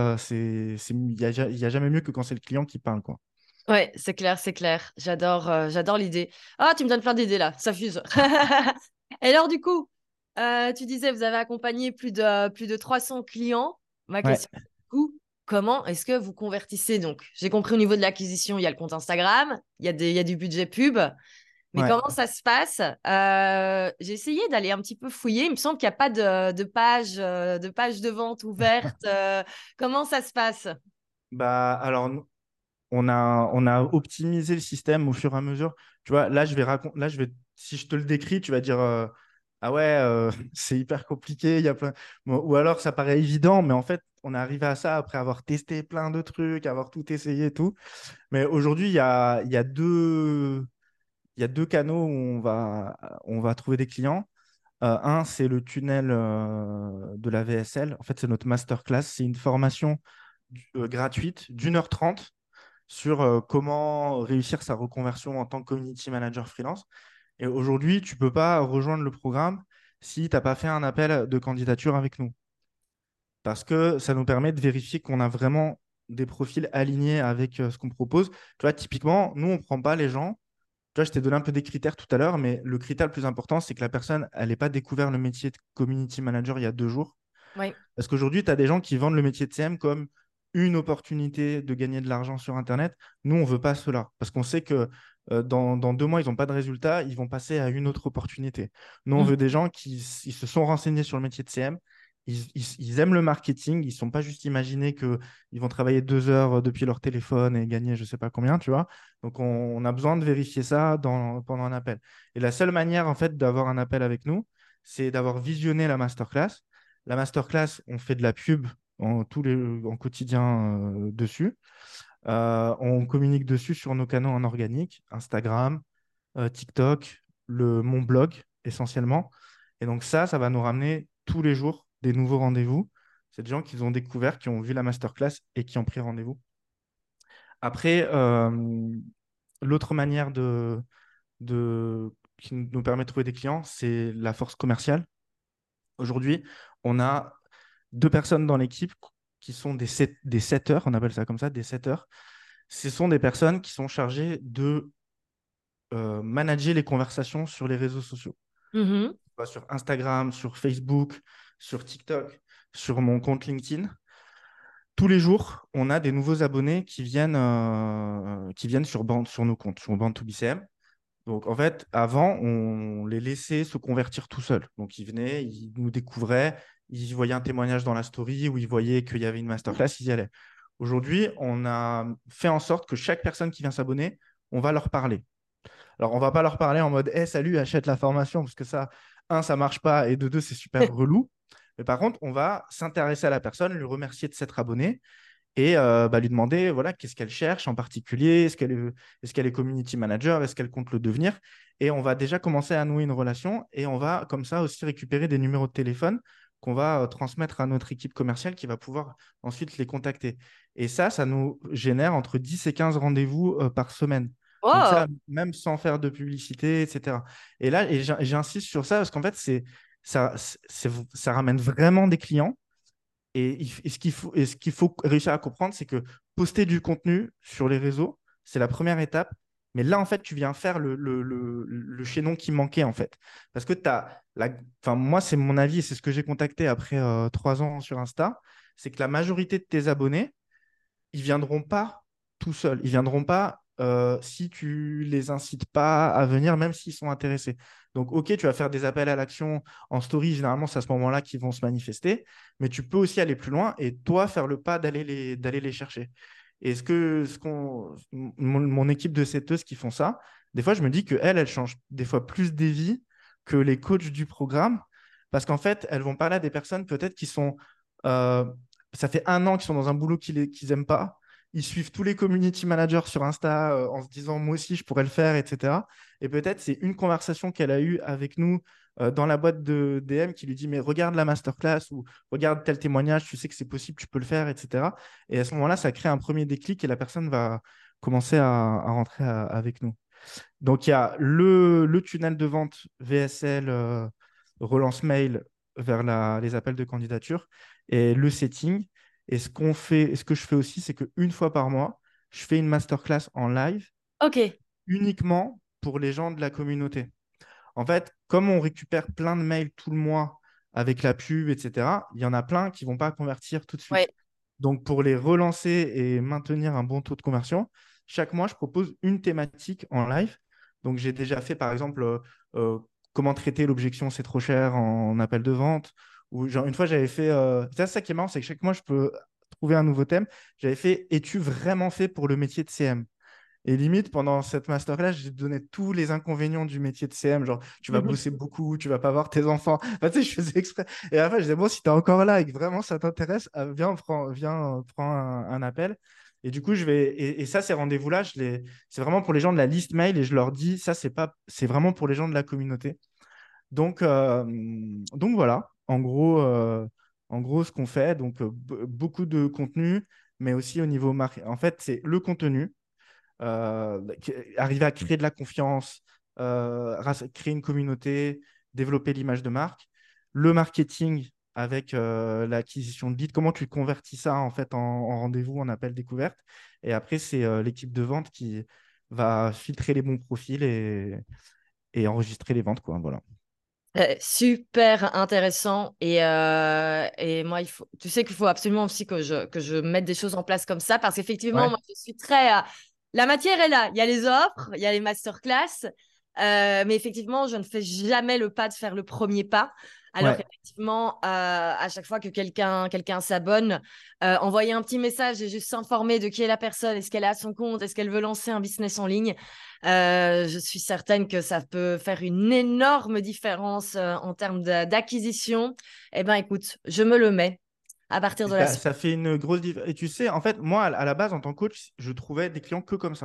Il y a jamais mieux que quand c'est le client qui parle, quoi. Ouais, c'est clair, c'est clair. J'adore l'idée. Ah, tu me donnes plein d'idées là, ça fuse. Et alors, du coup, tu disais, vous avez accompagné plus de 300 clients. Ma Ouais, question, du coup, comment est-ce que vous convertissez donc? J'ai compris au niveau de l'acquisition, il y a le compte Instagram, il y a du budget pub, mais ouais. comment ça se passe? J'ai essayé d'aller un petit peu fouiller. Il me semble qu'il n'y a pas de page de vente ouverte. Comment ça se passe? Bah, alors, on a optimisé le système au fur et à mesure. Tu vois, si je te le décris, tu vas dire ah ouais, c'est hyper compliqué, il y a plein. Bon, ou alors ça paraît évident, mais en fait, on est arrivé à ça après avoir testé plein de trucs, avoir tout essayé et tout. Mais aujourd'hui, il y a deux canaux où on va trouver des clients. Un, c'est le tunnel de la VSL. En fait, c'est notre masterclass. C'est une formation gratuite d'1h30 sur comment réussir sa reconversion en tant que community manager freelance. Et aujourd'hui, tu ne peux pas rejoindre le programme si tu n'as pas fait un appel de candidature avec nous. Parce que ça nous permet de vérifier qu'on a vraiment des profils alignés avec ce qu'on propose. Tu vois, typiquement, nous, on ne prend pas les gens. Tu vois, je t'ai donné un peu des critères tout à l'heure, mais le critère le plus important, c'est que la personne, elle n'ait pas découvert le métier de community manager il y a 2 jours. Oui. Parce qu'aujourd'hui, tu as des gens qui vendent le métier de CM comme une opportunité de gagner de l'argent sur Internet. Nous, on ne veut pas cela. Parce qu'on sait que dans 2 mois, ils n'ont pas de résultat, ils vont passer à une autre opportunité. Nous, on veut des gens qui ils se sont renseignés sur le métier de CM. Ils aiment le marketing. Ils ne sont pas juste imaginés qu'ils vont travailler 2 heures depuis leur téléphone et gagner je ne sais pas combien, tu vois. Donc, on a besoin de vérifier ça pendant un appel. Et la seule manière, en fait, d'avoir un appel avec nous, c'est d'avoir visionné la masterclass. La masterclass, on fait de la pub en quotidien dessus. On communique dessus sur nos canaux en organique, Instagram, TikTok, mon blog essentiellement. Et donc ça va nous ramener tous les jours des nouveaux rendez-vous. C'est des gens qui ont découvert, qui ont vu la masterclass et qui ont pris rendez-vous. Après, l'autre manière qui nous permet de trouver des clients, c'est la force commerciale. Aujourd'hui, on a 2 personnes dans l'équipe qui sont des setters, on appelle ça comme ça, des setters. Ce sont des personnes qui sont chargées de manager les conversations sur les réseaux sociaux. Mhm. Sur Instagram, sur Facebook, sur TikTok, sur mon compte LinkedIn. Tous les jours, on a des nouveaux abonnés qui viennent sur nos comptes, sur Band2BCM. Donc, en fait, avant, on les laissait se convertir tout seuls. Donc, ils venaient, ils nous découvraient, ils voyaient un témoignage dans la story où ils voyaient qu'il y avait une masterclass, ils y allaient. Aujourd'hui, on a fait en sorte que chaque personne qui vient s'abonner, on va leur parler. Alors, on va pas leur parler en mode hey, salut, achète la formation, parce que ça, ça marche pas, et de deux, c'est super relou. Mais par contre, on va s'intéresser à la personne, lui remercier de s'être abonné et lui demander voilà, qu'est-ce qu'elle cherche en particulier, est-ce qu'elle est community manager, est-ce qu'elle compte le devenir. Et on va déjà commencer à nouer une relation et on va comme ça aussi récupérer des numéros de téléphone qu'on va transmettre à notre équipe commerciale qui va pouvoir ensuite les contacter. Et ça nous génère entre 10 et 15 rendez-vous par semaine. Donc Oh, ça, même sans faire de publicité, etc. Et là, j'insiste sur ça parce qu'en fait, ça ramène vraiment des clients. Et ce qu'il faut réussir à comprendre, c'est que poster du contenu sur les réseaux, c'est la première étape. Mais là, en fait, tu viens faire le chaînon qui manquait, en fait. Parce que enfin, moi, c'est mon avis et c'est ce que j'ai contacté après 3 ans sur Insta, c'est que la majorité de tes abonnés, ils viendront pas tout seuls. Ils viendront pas si tu les incites pas à venir, même s'ils sont intéressés. Donc, OK, tu vas faire des appels à l'action en story. Généralement, c'est à ce moment-là qu'ils vont se manifester. Mais tu peux aussi aller plus loin et toi faire le pas d'aller les chercher. Et mon équipe de setteuses qui font ça, des fois, je me dis qu'elles, elles changent des fois plus des vies que les coachs du programme parce qu'en fait, elles vont parler à des personnes peut-être qui sont euh, ça fait 1 an qu'ils sont dans un boulot qu'ils n'aiment pas. Ils suivent tous les community managers sur Insta en se disant moi aussi je pourrais le faire, etc. Et peut-être c'est une conversation qu'elle a eue avec nous dans la boîte de DM qui lui dit mais regarde la masterclass ou regarde tel témoignage, tu sais que c'est possible, tu peux le faire, etc. Et à ce moment-là, ça crée un premier déclic et la personne va commencer à rentrer avec nous. Donc il y a le tunnel de vente VSL, relance mail vers les appels de candidature et le setting. Et ce que je fais aussi, c'est qu'une fois par mois, je fais une masterclass en live ok. uniquement pour les gens de la communauté. En fait, comme on récupère plein de mails tout le mois avec la pub, etc., il y en a plein qui ne vont pas convertir tout de Ouais. suite. Donc, pour les relancer et maintenir un bon taux de conversion, chaque mois, je propose une thématique en live. Donc, j'ai déjà fait, par exemple, comment traiter l'objection c'est trop cher en appel de vente. Ou genre, une fois, j'avais fait. C'est ça qui est marrant, c'est que chaque mois, je peux trouver un nouveau thème. J'avais fait es-tu vraiment fait pour le métier de CM? Et limite, pendant cette masterclass, j'ai donné tous les inconvénients du métier de CM. Genre, tu vas bosser beaucoup, tu vas pas voir tes enfants. Enfin, tu sais, je faisais exprès. Et après, je disais, bon, si tu es encore là et que vraiment ça t'intéresse, viens, prends un appel. Et du coup, et ça, ces rendez-vous-là, c'est vraiment pour les gens de la liste mail et je leur dis, ça, c'est vraiment pour les gens de la communauté. Donc voilà, en gros, ce qu'on fait. Donc, beaucoup de contenu, mais aussi au niveau marketing. En fait, c'est le contenu arriver à créer de la confiance, créer une communauté, développer l'image de marque, le marketing avec l'acquisition de leads, comment tu convertis ça en fait en rendez-vous, en appel découverte. Et après, c'est l'équipe de vente qui va filtrer les bons profils et enregistrer les ventes, quoi. Voilà. Super intéressant et moi tu sais qu'il faut absolument aussi que je mette des choses en place comme ça parce qu'effectivement Ouais. moi je suis très la matière est là, il y a les offres, il y a les masterclass, mais effectivement je ne fais jamais le pas de faire le premier pas. Alors Ouais. effectivement à chaque fois que quelqu'un s'abonne, envoyer un petit message et juste s'informer de qui est la personne, est-ce qu'elle a son compte, est-ce qu'elle veut lancer un business en ligne. Je suis certaine que ça peut faire une énorme différence en termes d'acquisition. Eh bien, écoute, je me le mets à partir Et de la ça, suite. ça fait une grosse différence. Et tu sais, en fait, moi, à la base, en tant que coach, je trouvais des clients que comme ça.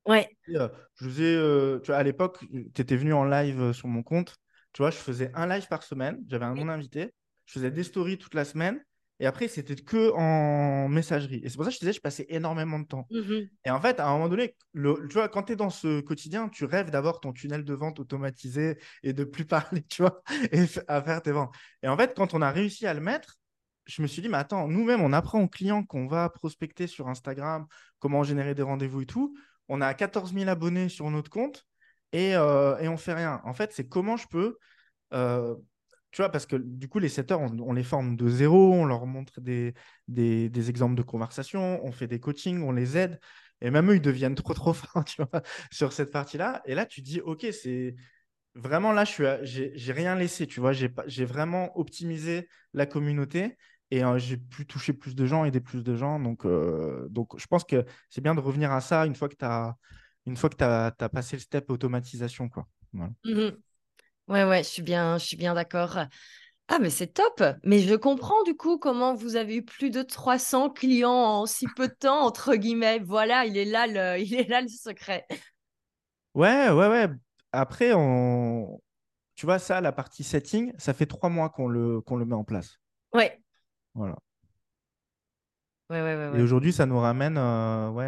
Ouais. Et, je faisais, tu vois, à l'époque, tu étais venu en live sur mon compte. Tu vois, je faisais un live par semaine. J'avais un Oui. mon invité. Je faisais des stories toute la semaine. Et après, c'était que en messagerie. Et c'est pour ça que je te disais, je passais énormément de temps. Mhm. Et en fait, à un moment donné, tu vois, quand tu es dans ce quotidien, tu rêves d'avoir ton tunnel de vente automatisé et de plus parler, tu vois, et à faire tes ventes. Et en fait, quand on a réussi à le mettre, je me suis dit, mais attends, nous-mêmes, on apprend aux clients qu'on va prospecter sur Instagram, comment générer des rendez-vous et tout. On a 14 000 abonnés sur notre compte et on fait rien. En fait, c'est comment je peux euh, tu vois, parce que du coup, les setters, on les forme de zéro, on leur montre des exemples de conversation, on fait des coachings, on les aide. Et même eux, ils deviennent trop, trop forts, tu vois, sur cette partie-là. Et là, tu te dis, OK, c'est vraiment là, j'ai rien laissé, tu vois. J'ai vraiment optimisé la communauté et j'ai pu toucher plus de gens, aider plus de gens. Donc je pense que c'est bien de revenir à ça une fois que t'as passé le step automatisation, quoi. Voilà. Mhm. Ouais, ouais, je suis bien d'accord. Ah, mais c'est top. Mais je comprends du coup comment vous avez eu plus de 300 clients en si peu de temps, entre guillemets. Voilà, il est là le secret. Ouais, ouais, ouais. Après, tu vois, ça, la partie setting, ça fait 3 mois qu'on le met en place. Ouais, Voilà. ouais, ouais, ouais, Et ouais. aujourd'hui, ça nous ramène ouais,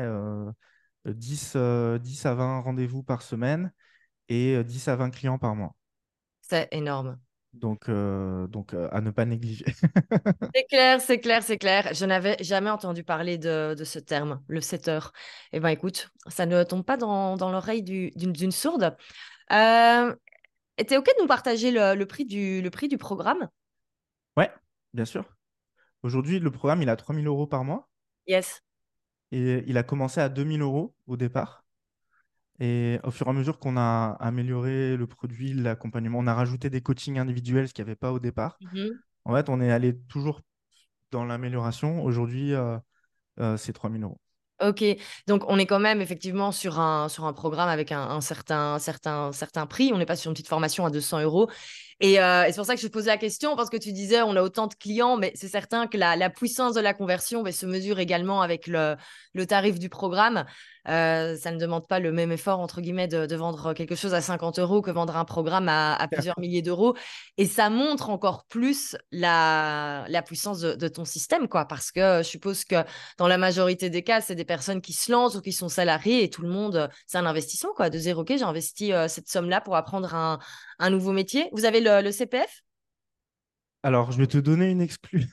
10 à 20 rendez-vous par semaine et 10 à 20 clients par mois. C'est énorme. Donc, à ne pas négliger. C'est clair, c'est clair, c'est clair. Je n'avais jamais entendu parler de ce terme, le setter. Eh bien, écoute, ça ne tombe pas dans l'oreille d'une sourde. Euh, T'es OK de nous partager le prix du programme? Ouais, bien sûr. Aujourd'hui, le programme, il a 3 000 € par mois Yes. et il a commencé à 2 000 € au départ. Et au fur et à mesure qu'on a amélioré le produit, l'accompagnement, on a rajouté des coachings individuels, ce qu'il n'y avait pas au départ. Mhm. En fait, on est allé toujours dans l'amélioration. Aujourd'hui, c'est 3 000 €. Ok, donc on est quand même effectivement sur un programme avec un certain prix. On n'est pas sur une petite formation à 200 €. Et c'est pour ça que je te posais la question, parce que tu disais on a autant de clients, mais c'est certain que la puissance de la conversion se mesure également avec le tarif du programme. Ça ne demande pas le même effort, entre guillemets, de vendre quelque chose à 50 € que vendre un programme à plusieurs milliers d'euros. Et ça montre encore plus la puissance de ton système, quoi, parce que je suppose que dans la majorité des cas, c'est des personnes qui se lancent ou qui sont salariées et tout le monde, c'est un investissement, quoi, de dire, OK, j'ai investi cette somme-là pour apprendre un nouveau métier. Vous avez le CPF? Alors, je vais te donner une exclue.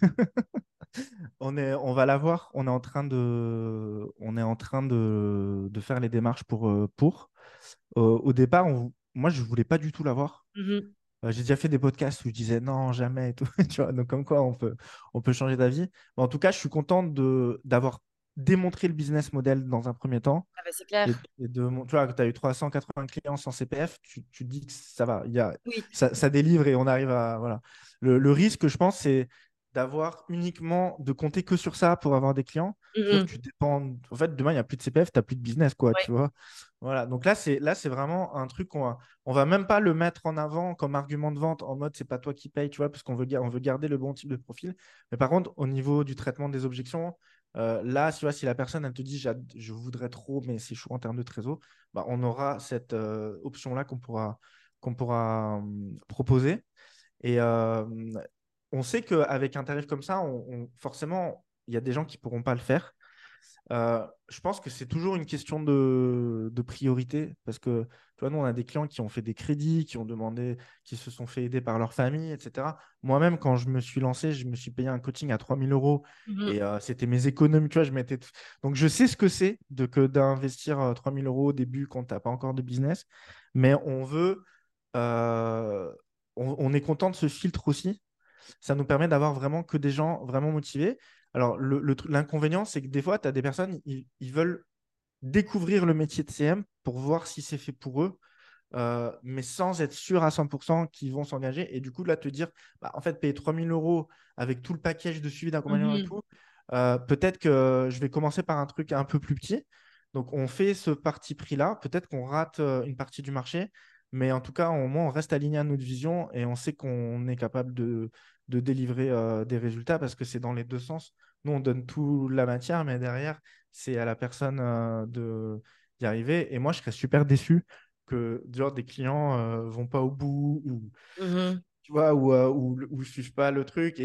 On va l'avoir. On est en train de faire les démarches pour. Au départ, moi, je voulais pas du tout l'avoir. Mhm. J'ai déjà fait des podcasts où je disais non, jamais et tout. Tu vois, donc, comme quoi, on peut changer d'avis. Mais en tout cas, je suis content d'avoir démontré le business model dans un premier temps. Ah bah, c'est clair. Tu vois, tu as eu 380 clients sans CPF, tu te dis que ça va, Oui. ça délivre et on arrive à. Voilà. Le risque, je pense, c'est d'avoir uniquement, de compter que sur ça pour avoir des clients. Sauf que Mhm. tu dépends. En fait, demain, il n'y a plus de CPF, tu n'as plus de business, quoi, Ouais. tu vois. Voilà. Donc là, c'est vraiment un truc on va même pas le mettre en avant comme argument de vente en mode c'est pas toi qui paye, tu vois, parce qu'on veut garder le bon type de profil. Mais par contre, au niveau du traitement des objections, là, tu vois, si la personne, elle te dit je voudrais trop, mais c'est chaud en termes de trésor, bah, on aura cette option-là qu'on pourra proposer. Et on sait qu'avec un tarif comme ça, forcément, il y a des gens qui ne pourront pas le faire. Je pense que c'est toujours une question de priorité parce que tu vois, nous, on a des clients qui ont fait des crédits, qui ont demandé, qui se sont fait aider par leur famille, etc. Moi-même, quand je me suis lancé, je me suis payé un coaching à 3 000 € Mhm. et c'était mes économies. Tu vois, donc, je sais ce que c'est d'investir 3 000 € au début quand tu n'as pas encore de business, mais euh, on est content de ce filtre aussi. Ça nous permet d'avoir vraiment que des gens vraiment motivés. Alors, l'inconvénient, c'est que des fois, tu as des personnes, ils veulent découvrir le métier de CM pour voir si c'est fait pour eux, mais sans être sûr à 100% qu'ils vont s'engager. Et du coup, là, te dire, bah, en fait, payer 3 000 € avec tout le package de suivi d'accompagnement et Mhm. tout, peut-être que je vais commencer par un truc un peu plus petit. Donc, on fait ce parti pris-là. Peut-être qu'on rate une partie du marché, mais en tout cas, au moins, on reste aligné à notre vision et on sait qu'on est capable de délivrer des résultats parce que c'est dans les deux sens. Nous, on donne toute la matière, mais derrière, c'est à la personne d'y arriver. Et moi, je serais super déçu que genre, des clients vont pas au bout ou Mhm. tu vois, ou suivent pas le truc.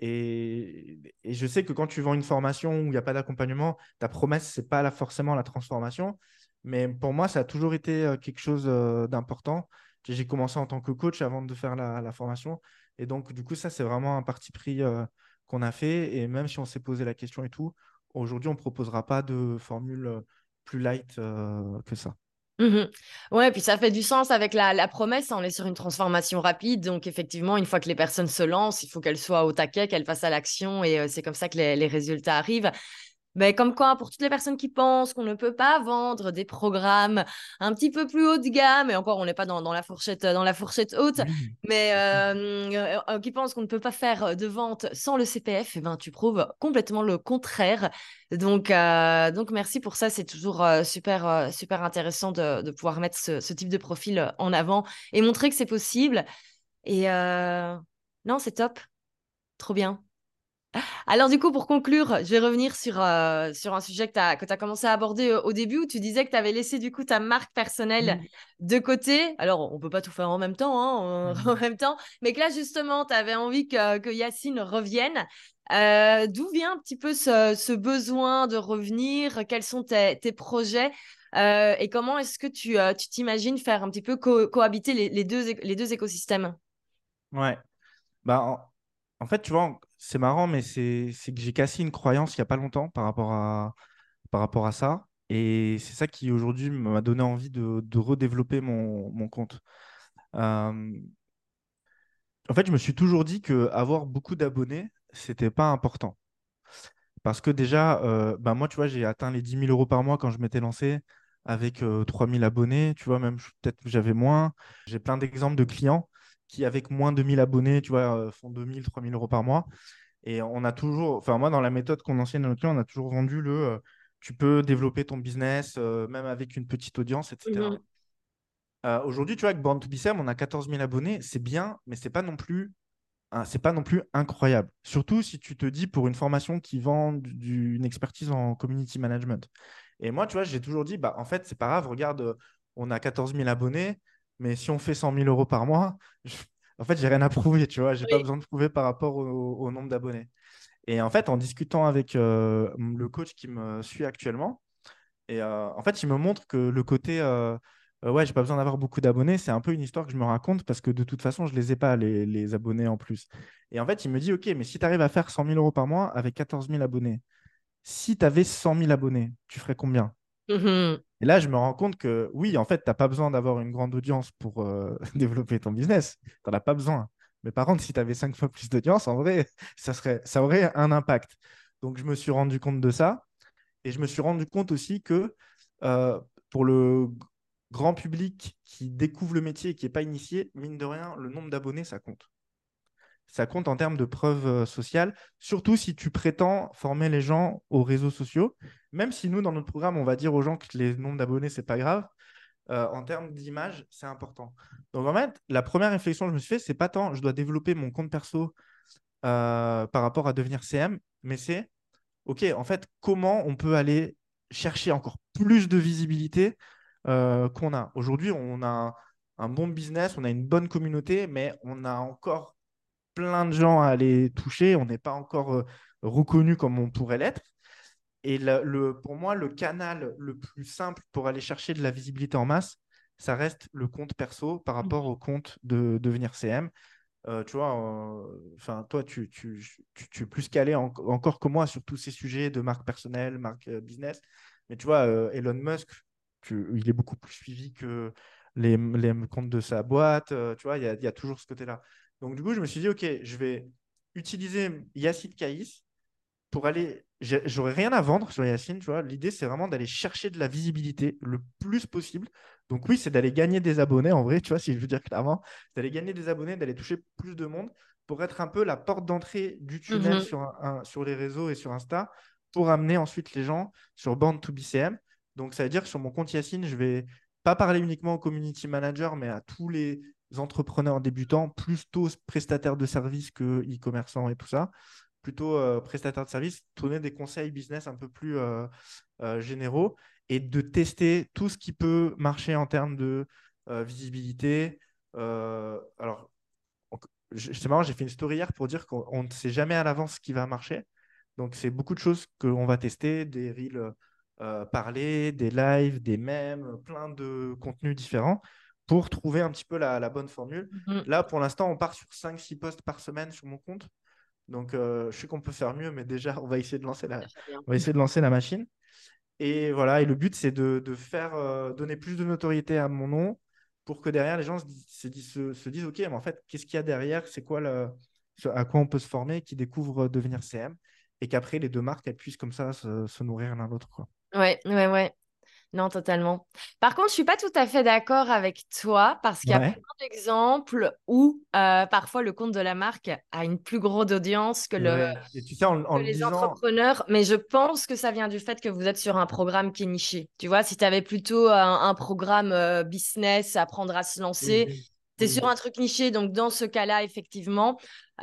Et je sais que quand tu vends une formation où il n'y a pas d'accompagnement, ta promesse, c'est pas forcément la transformation. Mais pour moi, ça a toujours été quelque chose d'important. J'ai commencé en tant que coach avant de faire la formation. Et donc, du coup, ça, c'est vraiment un parti pris qu'on a fait. Et même si on s'est posé la question et tout, aujourd'hui, on ne proposera pas de formule plus light que ça. Mhm. Ouais, puis ça fait du sens avec la promesse. On est sur une transformation rapide. Donc, effectivement, une fois que les personnes se lancent, il faut qu'elles soient au taquet, qu'elles passent à l'action. Et c'est comme ça que les résultats arrivent. Mais comme quoi, pour toutes les personnes qui pensent qu'on ne peut pas vendre des programmes un petit peu plus haut de gamme, et encore, on n'est pas dans dans la fourchette haute, Oui, mais c'est sûr. qui pensent qu'on ne peut pas faire de vente sans le CPF, eh ben, tu prouves complètement le contraire. Donc merci pour ça. C'est toujours super intéressant de pouvoir mettre ce type de profil en avant et montrer que c'est possible. Et non, c'est top. Trop bien. Alors du coup, pour conclure, je vais revenir sur un sujet que tu as commencé à aborder au début, où tu disais que tu avais laissé du coup ta marque personnelle Oui. de côté. Alors, on peut pas tout faire en même temps, hein, en Mhm. même temps, mais que là, justement, tu avais envie que Yacine revienne. D'où vient un petit peu ce besoin de revenir? Quels sont tes projets? Et comment est-ce que tu t'imagines faire un petit peu cohabiter les deux écosystèmes? Ouais. Bah, en fait, tu vois, c'est marrant, mais c'est que j'ai cassé une croyance il n'y a pas longtemps par rapport à ça. Et c'est ça qui aujourd'hui m'a donné envie de redévelopper mon compte. Euh, En fait, je me suis toujours dit que avoir beaucoup d'abonnés, c'était pas important. Parce que déjà, bah moi, tu vois, j'ai atteint les 10 000 € par mois quand je m'étais lancé avec 3 000 abonnés. Tu vois, même peut-être que j'avais moins. J'ai plein d'exemples de clients qui, avec moins de 1 000 abonnés, tu vois, font 2 000, 3 000 € par mois. Et on a toujours, enfin, moi, dans la méthode qu'on enseigne à nos clients, on a toujours vendu tu peux développer ton business, même avec une petite audience, etc. Mhm. Aujourd'hui, tu vois, avec Born to Be Sam, on a 14 000 abonnés. C'est bien, mais c'est pas non plus incroyable. Surtout si tu te dis pour une formation qui vend une expertise en community management. Et moi, tu vois, j'ai toujours dit, bah, en fait, c'est pas grave, regarde, on a 14 000 abonnés, mais si on fait 100 000 € par mois, en fait, j'ai rien à prouver, tu vois, j'ai pas Oui. besoin de prouver par rapport au nombre d'abonnés. Et en fait, en discutant avec le coach qui me suit actuellement, et en fait, il me montre que le côté ouais, j'ai pas besoin d'avoir beaucoup d'abonnés, c'est un peu une histoire que je me raconte parce que de toute façon, je les ai pas, les abonnés en plus. Et en fait, il me dit, OK, mais si tu arrives à faire 100 000 € par mois avec 14 000 abonnés, si tu avais 100 000 abonnés, tu ferais combien? Mhm. Et là, je me rends compte que oui, en fait, tu n'as pas besoin d'avoir une grande audience pour développer ton business. Tu n'en as pas besoin. Mais par contre, si tu avais 5 fois plus d'audience, en vrai, ça aurait un impact. Donc, je me suis rendu compte de ça. Et je me suis rendu compte aussi que euh, pour le grand public qui découvre le métier et qui n'est pas initié, mine de rien, le nombre d'abonnés, ça compte. Ça compte en termes de preuve sociale, surtout si tu prétends former les gens aux réseaux sociaux. Même si nous, dans notre programme, on va dire aux gens que les nombres d'abonnés, c'est pas grave, en termes d'image, c'est important. Donc en fait, la première réflexion que je me suis fait, c'est pas tant je dois développer mon compte perso par rapport à devenir CM, mais c'est OK, en fait, comment on peut aller chercher encore plus de visibilité qu'on a. Aujourd'hui, on a un bon business, on a une bonne communauté, mais on a encore plein de gens à aller toucher. On n'est pas encore reconnu comme on pourrait l'être. Et pour moi, le canal le plus simple pour aller chercher de la visibilité en masse, ça reste le compte perso par rapport au compte de devenir CM. Tu vois, enfin, toi, tu es plus calé encore que moi sur tous ces sujets de marque personnelle, marque business. Mais tu vois, Elon Musk, il est beaucoup plus suivi que les comptes de sa boîte. Tu vois, il y a toujours ce côté-là. Donc, du coup, je me suis dit, OK, je vais utiliser Yacine Caïs pour aller. J'aurais rien à vendre sur Yacine, tu vois. L'idée, c'est vraiment d'aller chercher de la visibilité le plus possible. Donc, oui, c'est d'aller gagner des abonnés en vrai, tu vois, si je veux dire clairement. C'est d'aller gagner des abonnés, d'aller toucher plus de monde pour être un peu la porte d'entrée du tunnel Mhm. sur les réseaux et sur Insta pour amener ensuite les gens sur Born to BCM. Donc, ça veut dire que sur mon compte Yacine, je vais pas parler uniquement aux community managers, mais à tous les entrepreneurs débutants, plus tôt prestataires de services que e-commerçants et tout ça plutôt prestataire de service, donner des conseils business un peu plus généraux et de tester tout ce qui peut marcher en termes de visibilité. Alors, c'est marrant, j'ai fait une story hier pour dire qu'on ne sait jamais à l'avance ce qui va marcher. Donc, c'est beaucoup de choses qu'on va tester, des reels parlés, des lives, des mèmes, plein de contenus différents pour trouver un petit peu la bonne formule. Mhm. Là, pour l'instant, on part sur 5-6 posts par semaine sur mon compte. Donc, je sais qu'on peut faire mieux, mais déjà, on va essayer de lancer Très bien. on va essayer de lancer la machine. Et voilà, et le but, c'est de faire donner plus de notoriété à mon nom pour que derrière, les gens se disent, OK, mais en fait, qu'est-ce qu'il y a derrière? C'est quoi à quoi on peut se former, qui découvre devenir CM et qu'après, les deux marques, elles puissent comme ça se nourrir l'un l'autre, quoi. Ouais, ouais, ouais. Non, totalement. Par contre, je suis pas tout à fait d'accord avec toi parce qu'il y a plein Ouais. d'exemples où parfois le compte de la marque a une plus grosse audience C'est vrai. Et tu sais, en que le les disant, entrepreneurs, mais je pense que ça vient du fait que vous êtes sur un programme qui est niché. Tu vois, si tu avais plutôt un programme business, apprendre à se oui, lancer, oui, tu es oui, sur oui. un truc niché, donc dans ce cas-là, effectivement.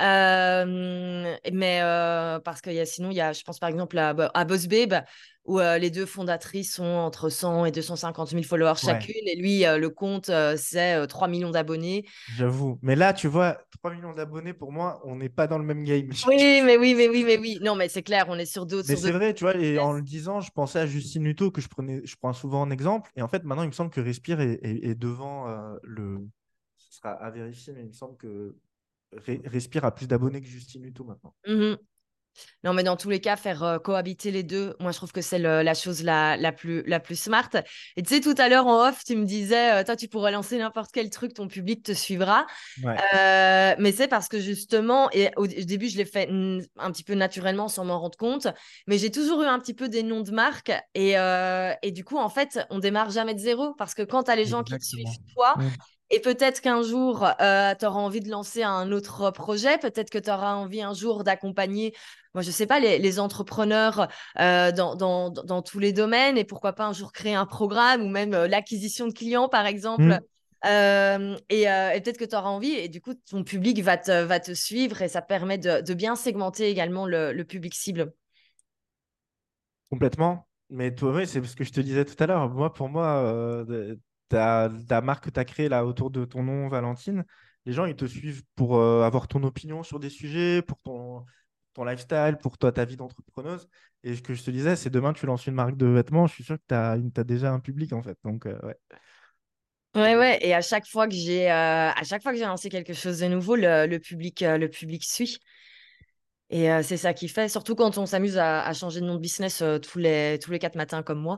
Mais parce qu'il y a, sinon, il y a, je pense par exemple à Boss Babe, où les deux fondatrices sont entre 100 et 250 000 followers Ouais, chacune, et lui, le compte, c'est 3 millions d'abonnés. j'avoue. Mais là, tu vois, 3 millions d'abonnés, pour moi, on n'est pas dans le même game. Oui, mais oui, mais oui, mais oui. Non, mais c'est clair, on est sur d'autres, Mais sur c'est d'autres vrai, tu vois, et en business. le disant, je pensais à Justine Hutto que je prends souvent en exemple. Et en fait, maintenant, il me semble que Respire est devant ce sera à vérifier, mais il me semble que Respire a plus d'abonnés que Justine Hutto maintenant. Mhm. Non, mais dans tous les cas, faire cohabiter les deux, moi, je trouve que c'est la chose la plus smart. Et tu sais, tout à l'heure, en off, tu me disais, toi, tu pourrais lancer n'importe quel truc, ton public te suivra. Ouais, Mais c'est parce que justement, et au début, je l'ai fait un petit peu naturellement sans m'en rendre compte, mais j'ai toujours eu un petit peu des noms de marques. Et du coup, en fait, on démarre jamais de zéro parce que quand tu as les gens qui te suivent, exactement. toi, Mm. et peut-être qu'un jour, tu auras envie de lancer un autre projet, peut-être que tu auras envie un jour d'accompagner, moi, je sais pas, les entrepreneurs dans tous les domaines, et pourquoi pas un jour créer un programme ou même l'acquisition de clients, par exemple. Mm. Et peut-être que tu auras envie, et du coup, ton public va te suivre, et ça permet de bien segmenter également le public cible. Complètement. Mais toi, oui, c'est ce que je te disais tout à l'heure. Moi, pour moi, ta marque que tu as créée là autour de ton nom, Valentine, les gens, ils te suivent pour avoir ton opinion sur des sujets, pour ton lifestyle, pour toi, ta vie d'entrepreneuse. Et ce que je te disais, c'est demain, tu lances une marque de vêtements, je suis sûr que t'as déjà un public, en fait. Donc, ouais. Ouais, ouais. Et à chaque fois que j'ai lancé quelque chose de nouveau, le public suit. Et c'est ça qui fait, surtout quand on s'amuse à changer de nom de business tous les 4 matins comme moi.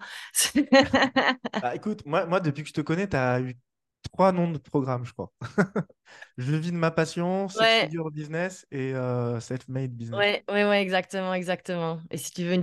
Bah, écoute, moi, depuis que je te connais, tu as eu 3 noms de programmes, je crois. Je vis de ma passion, Six Ouais, Figure Business et Self-Made Business. ouais, ouais, ouais, exactement, exactement. Et si tu veux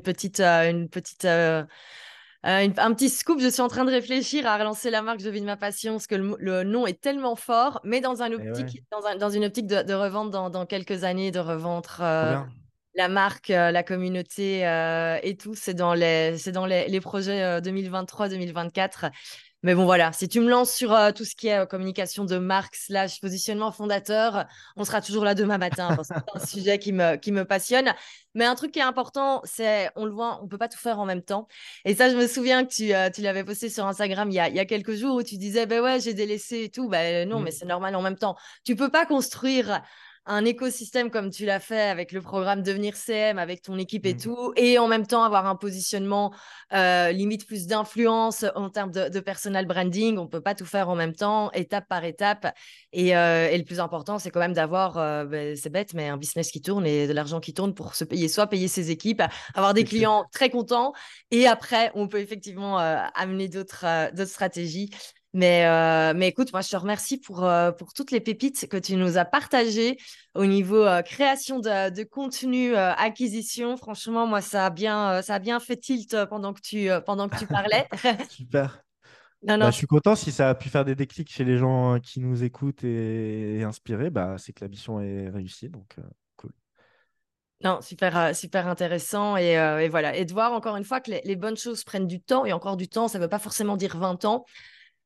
un petit scoop, je suis en train de réfléchir à relancer la marque Je vis de ma passion, parce que le nom est tellement fort, mais Et ouais, dans une optique de revendre dans quelques années, de revendre trop bien. la marque, la communauté et tout. C'est dans les projets 2023-2024. Mais bon, voilà, si tu me lances sur tout ce qui est communication de marque slash positionnement fondateur, on sera toujours là demain matin parce que c'est un sujet qui me passionne. Mais un truc qui est important, c'est, on le voit, on peut pas tout faire en même temps. Et ça, je me souviens que tu l'avais posté sur Instagram il y a quelques jours où tu disais, ben ouais, j'ai délaissé et tout. Ben non, mais Mm, c'est normal en même temps. Tu peux pas construire un écosystème comme tu l'as fait avec le programme Devenir CM, avec ton équipe et mm. tout, et en même temps avoir un positionnement limite plus d'influence en termes de personal branding. On peut pas tout faire en même temps, étape par étape. Et le plus important, c'est quand même d'avoir, c'est bête, mais un business qui tourne et de l'argent qui tourne pour se payer, soit payer ses équipes, avoir des C'est clair. clients très contents, et après, on peut effectivement amener d'autres stratégies. Mais écoute, moi, je te remercie pour toutes les pépites que tu nous as partagées au niveau création de contenu, acquisition. Franchement, moi, ça a bien fait tilt pendant que tu parlais. Super. Non, Bah, non, je suis content si ça a pu faire des déclics chez les gens qui nous écoutent et inspirer. Bah, c'est que la mission est réussie. Donc, cool. non, super, super intéressant. Et voilà. Et de voir encore une fois que les bonnes choses prennent du temps. Et encore du temps, ça ne veut pas forcément dire 20 ans.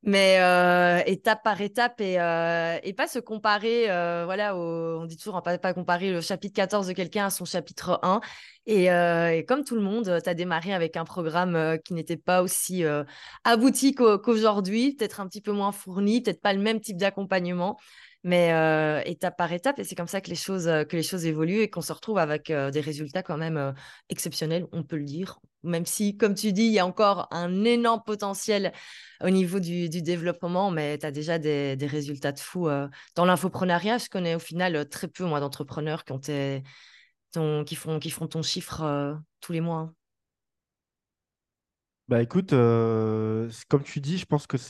Mais étape par étape et pas se comparer, voilà, on dit toujours, hein, pas comparer le chapitre 14 de quelqu'un à son chapitre 1. Et comme tout le monde, tu as démarré avec un programme qui n'était pas aussi abouti qu'aujourd'hui, peut-être un petit peu moins fourni, peut-être pas le même type d'accompagnement, mais étape par étape. Et c'est comme ça que les choses évoluent et qu'on se retrouve avec des résultats quand même exceptionnels, on peut le dire. Même si, comme tu dis, il y a encore un énorme potentiel au niveau du développement, mais tu as déjà des résultats de fou. Dans l'infoprenariat, je connais au final très peu, moi, d'entrepreneurs qui font ton chiffre tous les mois, hein. Bah écoute, comme tu dis, je pense que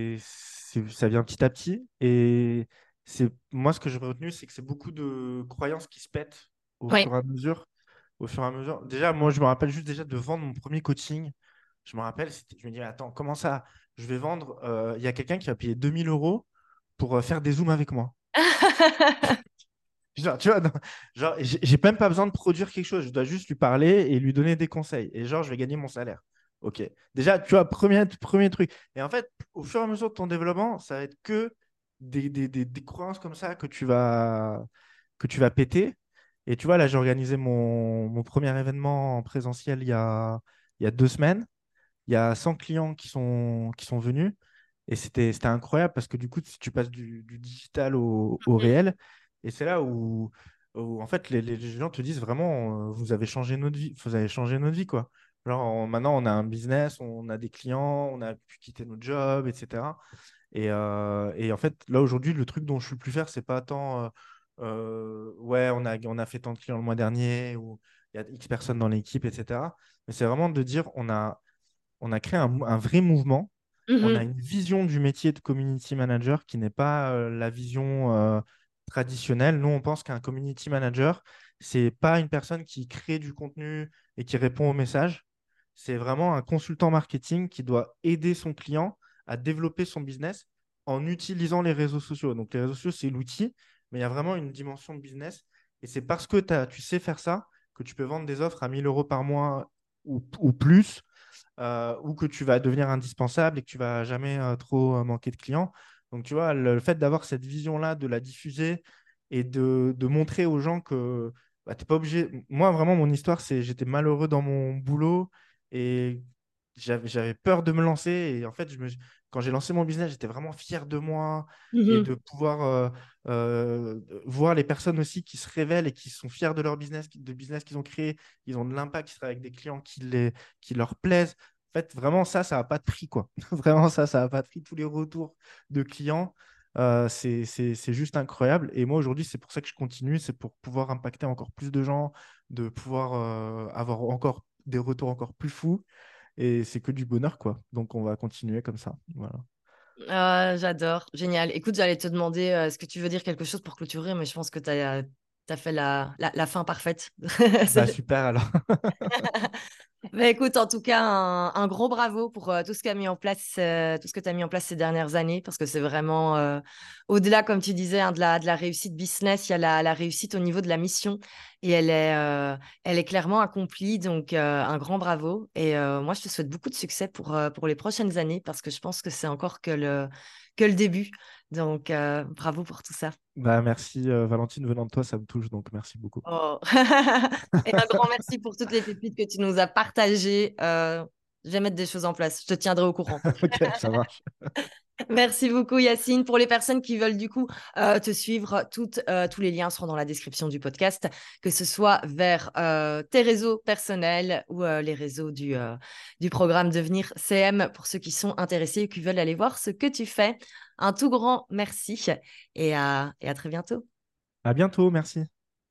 ça vient petit à petit. Et moi, ce que j'ai retenu, c'est que c'est beaucoup de croyances qui se pètent au Oui. fur et à mesure. Au fur et à mesure. Déjà, moi, je me rappelle juste déjà de vendre mon premier coaching. Je me rappelle, je me dis, attends, comment ça? Je vais vendre. Il y a quelqu'un qui va payer 2 000 € pour faire des zooms avec moi. Genre, tu vois, genre, j'ai même pas besoin de produire quelque chose. Je dois juste lui parler et lui donner des conseils. Et genre, je vais gagner mon salaire. Ok. Déjà, tu vois, premier truc. Et en fait, au fur et à mesure de ton développement, ça va être que des croyances comme ça que tu vas péter. Et tu vois, là, j'ai organisé mon premier événement en présentiel il y a 2 semaines. Il y a 100 clients qui sont venus. Et c'était incroyable parce que du coup, tu passes du digital au réel. Et c'est là où en fait, les gens te disent vraiment, vous avez changé notre vie. Vous avez changé notre vie, quoi. Genre, maintenant, on a un business, on a des clients, on a pu quitter notre job, etc. Et en fait, là, aujourd'hui, le truc dont je suis le plus fier, c'est pas tant, ouais, on a fait tant de clients le mois dernier, ou il y a X personnes dans l'équipe, etc. Mais c'est vraiment de dire, on a créé un vrai mouvement. On a Mhm. une vision du métier de community manager qui n'est pas la vision traditionnelle. Nous, on pense qu'un community manager, c'est pas une personne qui crée du contenu et qui répond aux messages. C'est vraiment un consultant marketing qui doit aider son client à développer son business en utilisant les réseaux sociaux. Donc, les réseaux sociaux, c'est l'outil, mais il y a vraiment une dimension de business. Et c'est parce que tu sais faire ça que tu peux vendre des offres à 1 000 € par mois ou plus, ou que tu vas devenir indispensable et que tu vas jamais trop manquer de clients. Donc, tu vois, le fait d'avoir cette vision-là, de la diffuser et de montrer aux gens que bah, tu n'es pas obligé. Moi, vraiment, mon histoire, c'est j'étais malheureux dans mon boulot et j'avais peur de me lancer. Et en fait, quand j'ai lancé mon business, j'étais vraiment fier de moi et Mhm. de pouvoir voir les personnes aussi qui se révèlent et qui sont fiers de leur business, de business qu'ils ont créé. Ils ont de l'impact, ils travaillent avec des clients qui leur plaisent. En fait, vraiment, ça n'a pas de prix, quoi. Vraiment, ça n'a pas de prix. Tous les retours de clients, c'est juste incroyable. Et moi, aujourd'hui, c'est pour ça que je continue. C'est pour pouvoir impacter encore plus de gens, de pouvoir avoir encore des retours encore plus fous. Et c'est que du bonheur, quoi. Donc, on va continuer comme ça. Voilà. Ah, j'adore, génial. Écoute, j'allais te demander, est-ce que tu veux dire quelque chose pour clôturer, mais je pense que tu as fait la fin parfaite. Bah, super, alors. Mais écoute, en tout cas, un gros bravo pour tout ce qu'a mis en place, tout ce que tu as mis en place ces dernières années, parce que c'est vraiment, au-delà, comme tu disais, hein, de la réussite business, il y a la réussite au niveau de la mission, et elle est clairement accomplie, donc un grand bravo. Et moi, je te souhaite beaucoup de succès pour les prochaines années, parce que je pense que c'est encore que le début. Donc, bravo pour tout ça. Bah, merci, Valentine, venant de toi, ça me touche, donc merci beaucoup. Oh. Et un grand merci pour toutes les pépites que tu nous as partagées. Je vais mettre des choses en place. Je te tiendrai au courant. Ok, ça marche. Merci beaucoup, Yacine. Pour les personnes qui veulent du coup te suivre, tous les liens seront dans la description du podcast, que ce soit vers tes réseaux personnels ou les réseaux du programme Devenir CM pour ceux qui sont intéressés et qui veulent aller voir ce que tu fais. Un tout grand merci et à très bientôt. À bientôt, merci.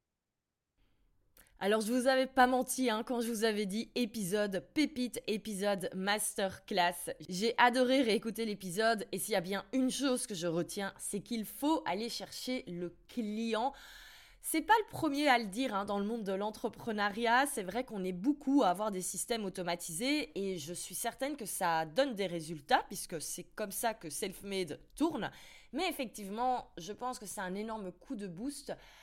Alors, je vous avais pas menti hein, quand je vous avais dit épisode pépite, épisode masterclass. J'ai adoré réécouter l'épisode et s'il y a bien une chose que je retiens, c'est qu'il faut aller chercher le client. C'est pas le premier à le dire hein, dans le monde de l'entrepreneuriat. C'est vrai qu'on est beaucoup à avoir des systèmes automatisés et je suis certaine que ça donne des résultats puisque c'est comme ça que Selfmade tourne. Mais effectivement, je pense que c'est un énorme coup de boost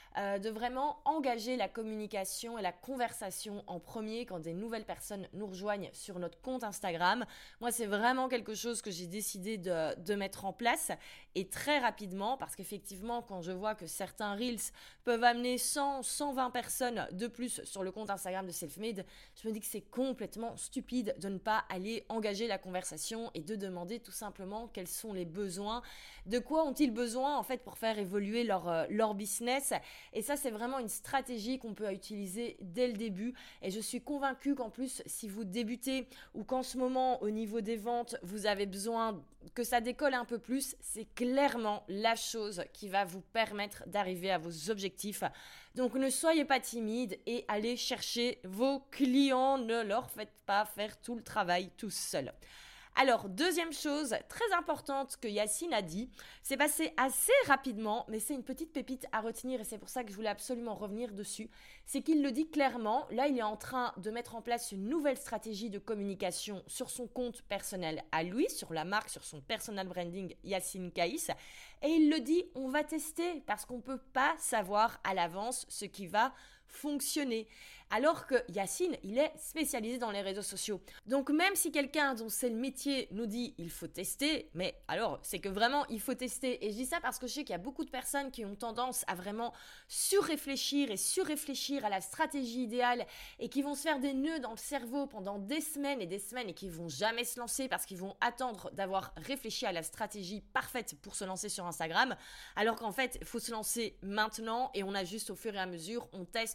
de vraiment engager la communication et la conversation en premier quand des nouvelles personnes nous rejoignent sur notre compte Instagram. Moi, c'est vraiment quelque chose que j'ai décidé de mettre en place et très rapidement parce qu'effectivement, quand je vois que certains Reels peuvent amener 100, 120 personnes de plus sur le compte Instagram de Selfmade, je me dis que c'est complètement stupide de ne pas aller engager la conversation et de demander tout simplement quels sont les besoins, de quoi ont-ils besoin en fait pour faire évoluer leur business. Et ça, c'est vraiment une stratégie qu'on peut utiliser dès le début. Et je suis convaincue qu'en plus, si vous débutez ou qu'en ce moment, au niveau des ventes, vous avez besoin que ça décolle un peu plus, c'est clairement la chose qui va vous permettre d'arriver à vos objectifs. Donc, ne soyez pas timide et allez chercher vos clients. Ne leur faites pas faire tout le travail tout seul. Alors, deuxième chose très importante que Yacine a dit, c'est passé assez rapidement, mais c'est une petite pépite à retenir et c'est pour ça que je voulais absolument revenir dessus. C'est qu'il le dit clairement, là il est en train de mettre en place une nouvelle stratégie de communication sur son compte personnel à lui, sur la marque, sur son personal branding Yacine Caïs. Et il le dit, on va tester parce qu'on ne peut pas savoir à l'avance ce qui va fonctionner. Alors que Yacine, il est spécialisé dans les réseaux sociaux. Donc même si quelqu'un dont c'est le métier nous dit il faut tester, mais alors c'est que vraiment il faut tester. Et je dis ça parce que je sais qu'il y a beaucoup de personnes qui ont tendance à vraiment surréfléchir à la stratégie idéale et qui vont se faire des nœuds dans le cerveau pendant des semaines et qui vont jamais se lancer parce qu'ils vont attendre d'avoir réfléchi à la stratégie parfaite pour se lancer sur Instagram. Alors qu'en fait, il faut se lancer maintenant et on ajuste au fur et à mesure, on teste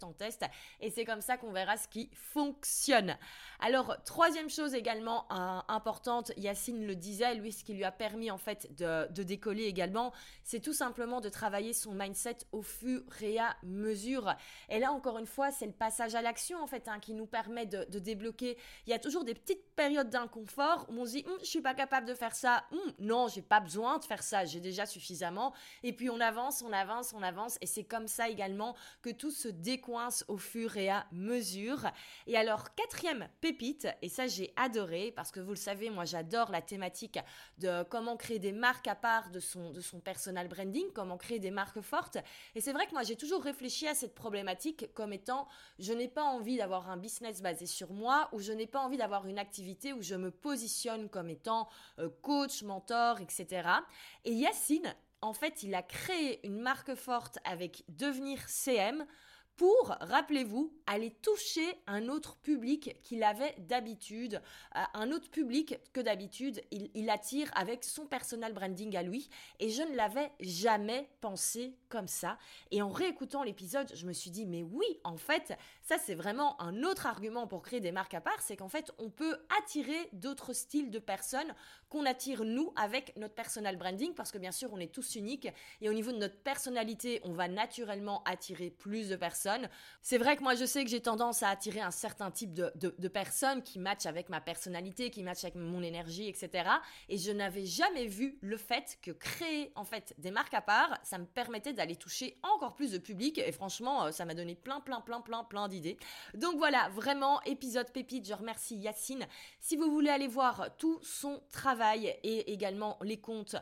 et c'est comme ça qu'on verra ce qui fonctionne. Alors, troisième chose également importante, Yacine le disait, lui, ce qui lui a permis en fait de décoller également, c'est tout simplement de travailler son mindset au fur et à mesure. Et là, encore une fois, c'est le passage à l'action en fait qui nous permet de débloquer. Il y a toujours des petites périodes d'inconfort où on se dit je suis pas capable de faire ça, non, j'ai pas besoin de faire ça, j'ai déjà suffisamment. Et puis on avance et c'est comme ça également que tout se décoince au fur et à mesure. Et alors, quatrième pépite, et ça j'ai adoré parce que vous le savez, moi j'adore la thématique de comment créer des marques à part de son personal branding, comment créer des marques fortes. Et c'est vrai que moi j'ai toujours réfléchi à cette problématique comme étant, je n'ai pas envie d'avoir un business basé sur moi ou je n'ai pas envie d'avoir une activité où je me positionne comme étant coach, mentor, etc. Et Yacine, en fait, il a créé une marque forte avec Devenir CM pour, rappelez-vous, aller toucher un autre public qu'il avait d'habitude, un autre public que d'habitude, il attire avec son personal branding à lui. Et je ne l'avais jamais pensé comme ça. Et en réécoutant l'épisode, je me suis dit, mais oui, en fait, ça c'est vraiment un autre argument pour créer des marques à part, c'est qu'en fait, on peut attirer d'autres styles de personnes qu'on attire nous avec notre personal branding, parce que bien sûr, on est tous uniques. Et au niveau de notre personnalité, on va naturellement attirer plus de personnes. C'est vrai que moi je sais que j'ai tendance à attirer un certain type de personnes qui matchent avec ma personnalité, qui matchent avec mon énergie, etc. Et je n'avais jamais vu le fait que créer en fait des marques à part, ça me permettait d'aller toucher encore plus de public. Et franchement, ça m'a donné plein d'idées. Donc voilà, vraiment, épisode pépite. Je remercie Yacine. Si vous voulez aller voir tout son travail et également les comptes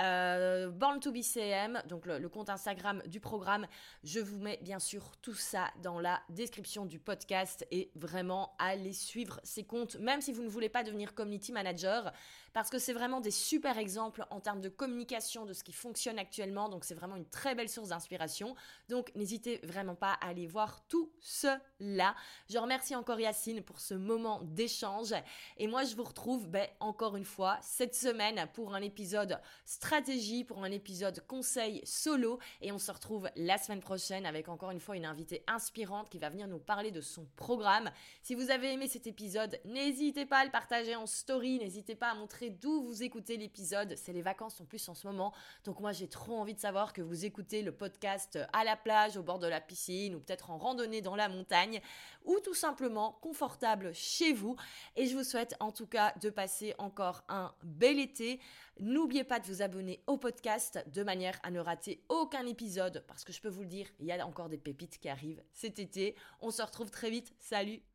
Born to be CM, donc le compte Instagram du programme, je vous mets bien sûr tout ça dans la description du podcast et vraiment allez suivre ces comptes, même si vous ne voulez pas devenir community manager, parce que c'est vraiment des super exemples en termes de communication de ce qui fonctionne actuellement. Donc c'est vraiment une très belle source d'inspiration. Donc n'hésitez vraiment pas à aller voir tout cela. Je remercie encore Yacine pour ce moment d'échange et moi je vous retrouve encore une fois cette semaine pour un épisode stratégie, pour un épisode conseil solo et on se retrouve la semaine prochaine avec encore une fois une invitée inspirante qui va venir nous parler de son programme. Si vous avez aimé cet épisode, n'hésitez pas à le partager en story, n'hésitez pas à montrer d'où vous écoutez l'épisode. C'est les vacances en plus en ce moment, donc moi j'ai trop envie de savoir que vous écoutez le podcast à la plage, au bord de la piscine ou peut-être en randonnée dans la montagne ou tout simplement confortable chez vous. Et je vous souhaite en tout cas de passer encore un bel été. N'oubliez pas de vous abonner au podcast de manière à ne rater aucun épisode parce que je peux vous le dire, il y a encore des pépites qui arrivent cet été. On se retrouve très vite. Salut!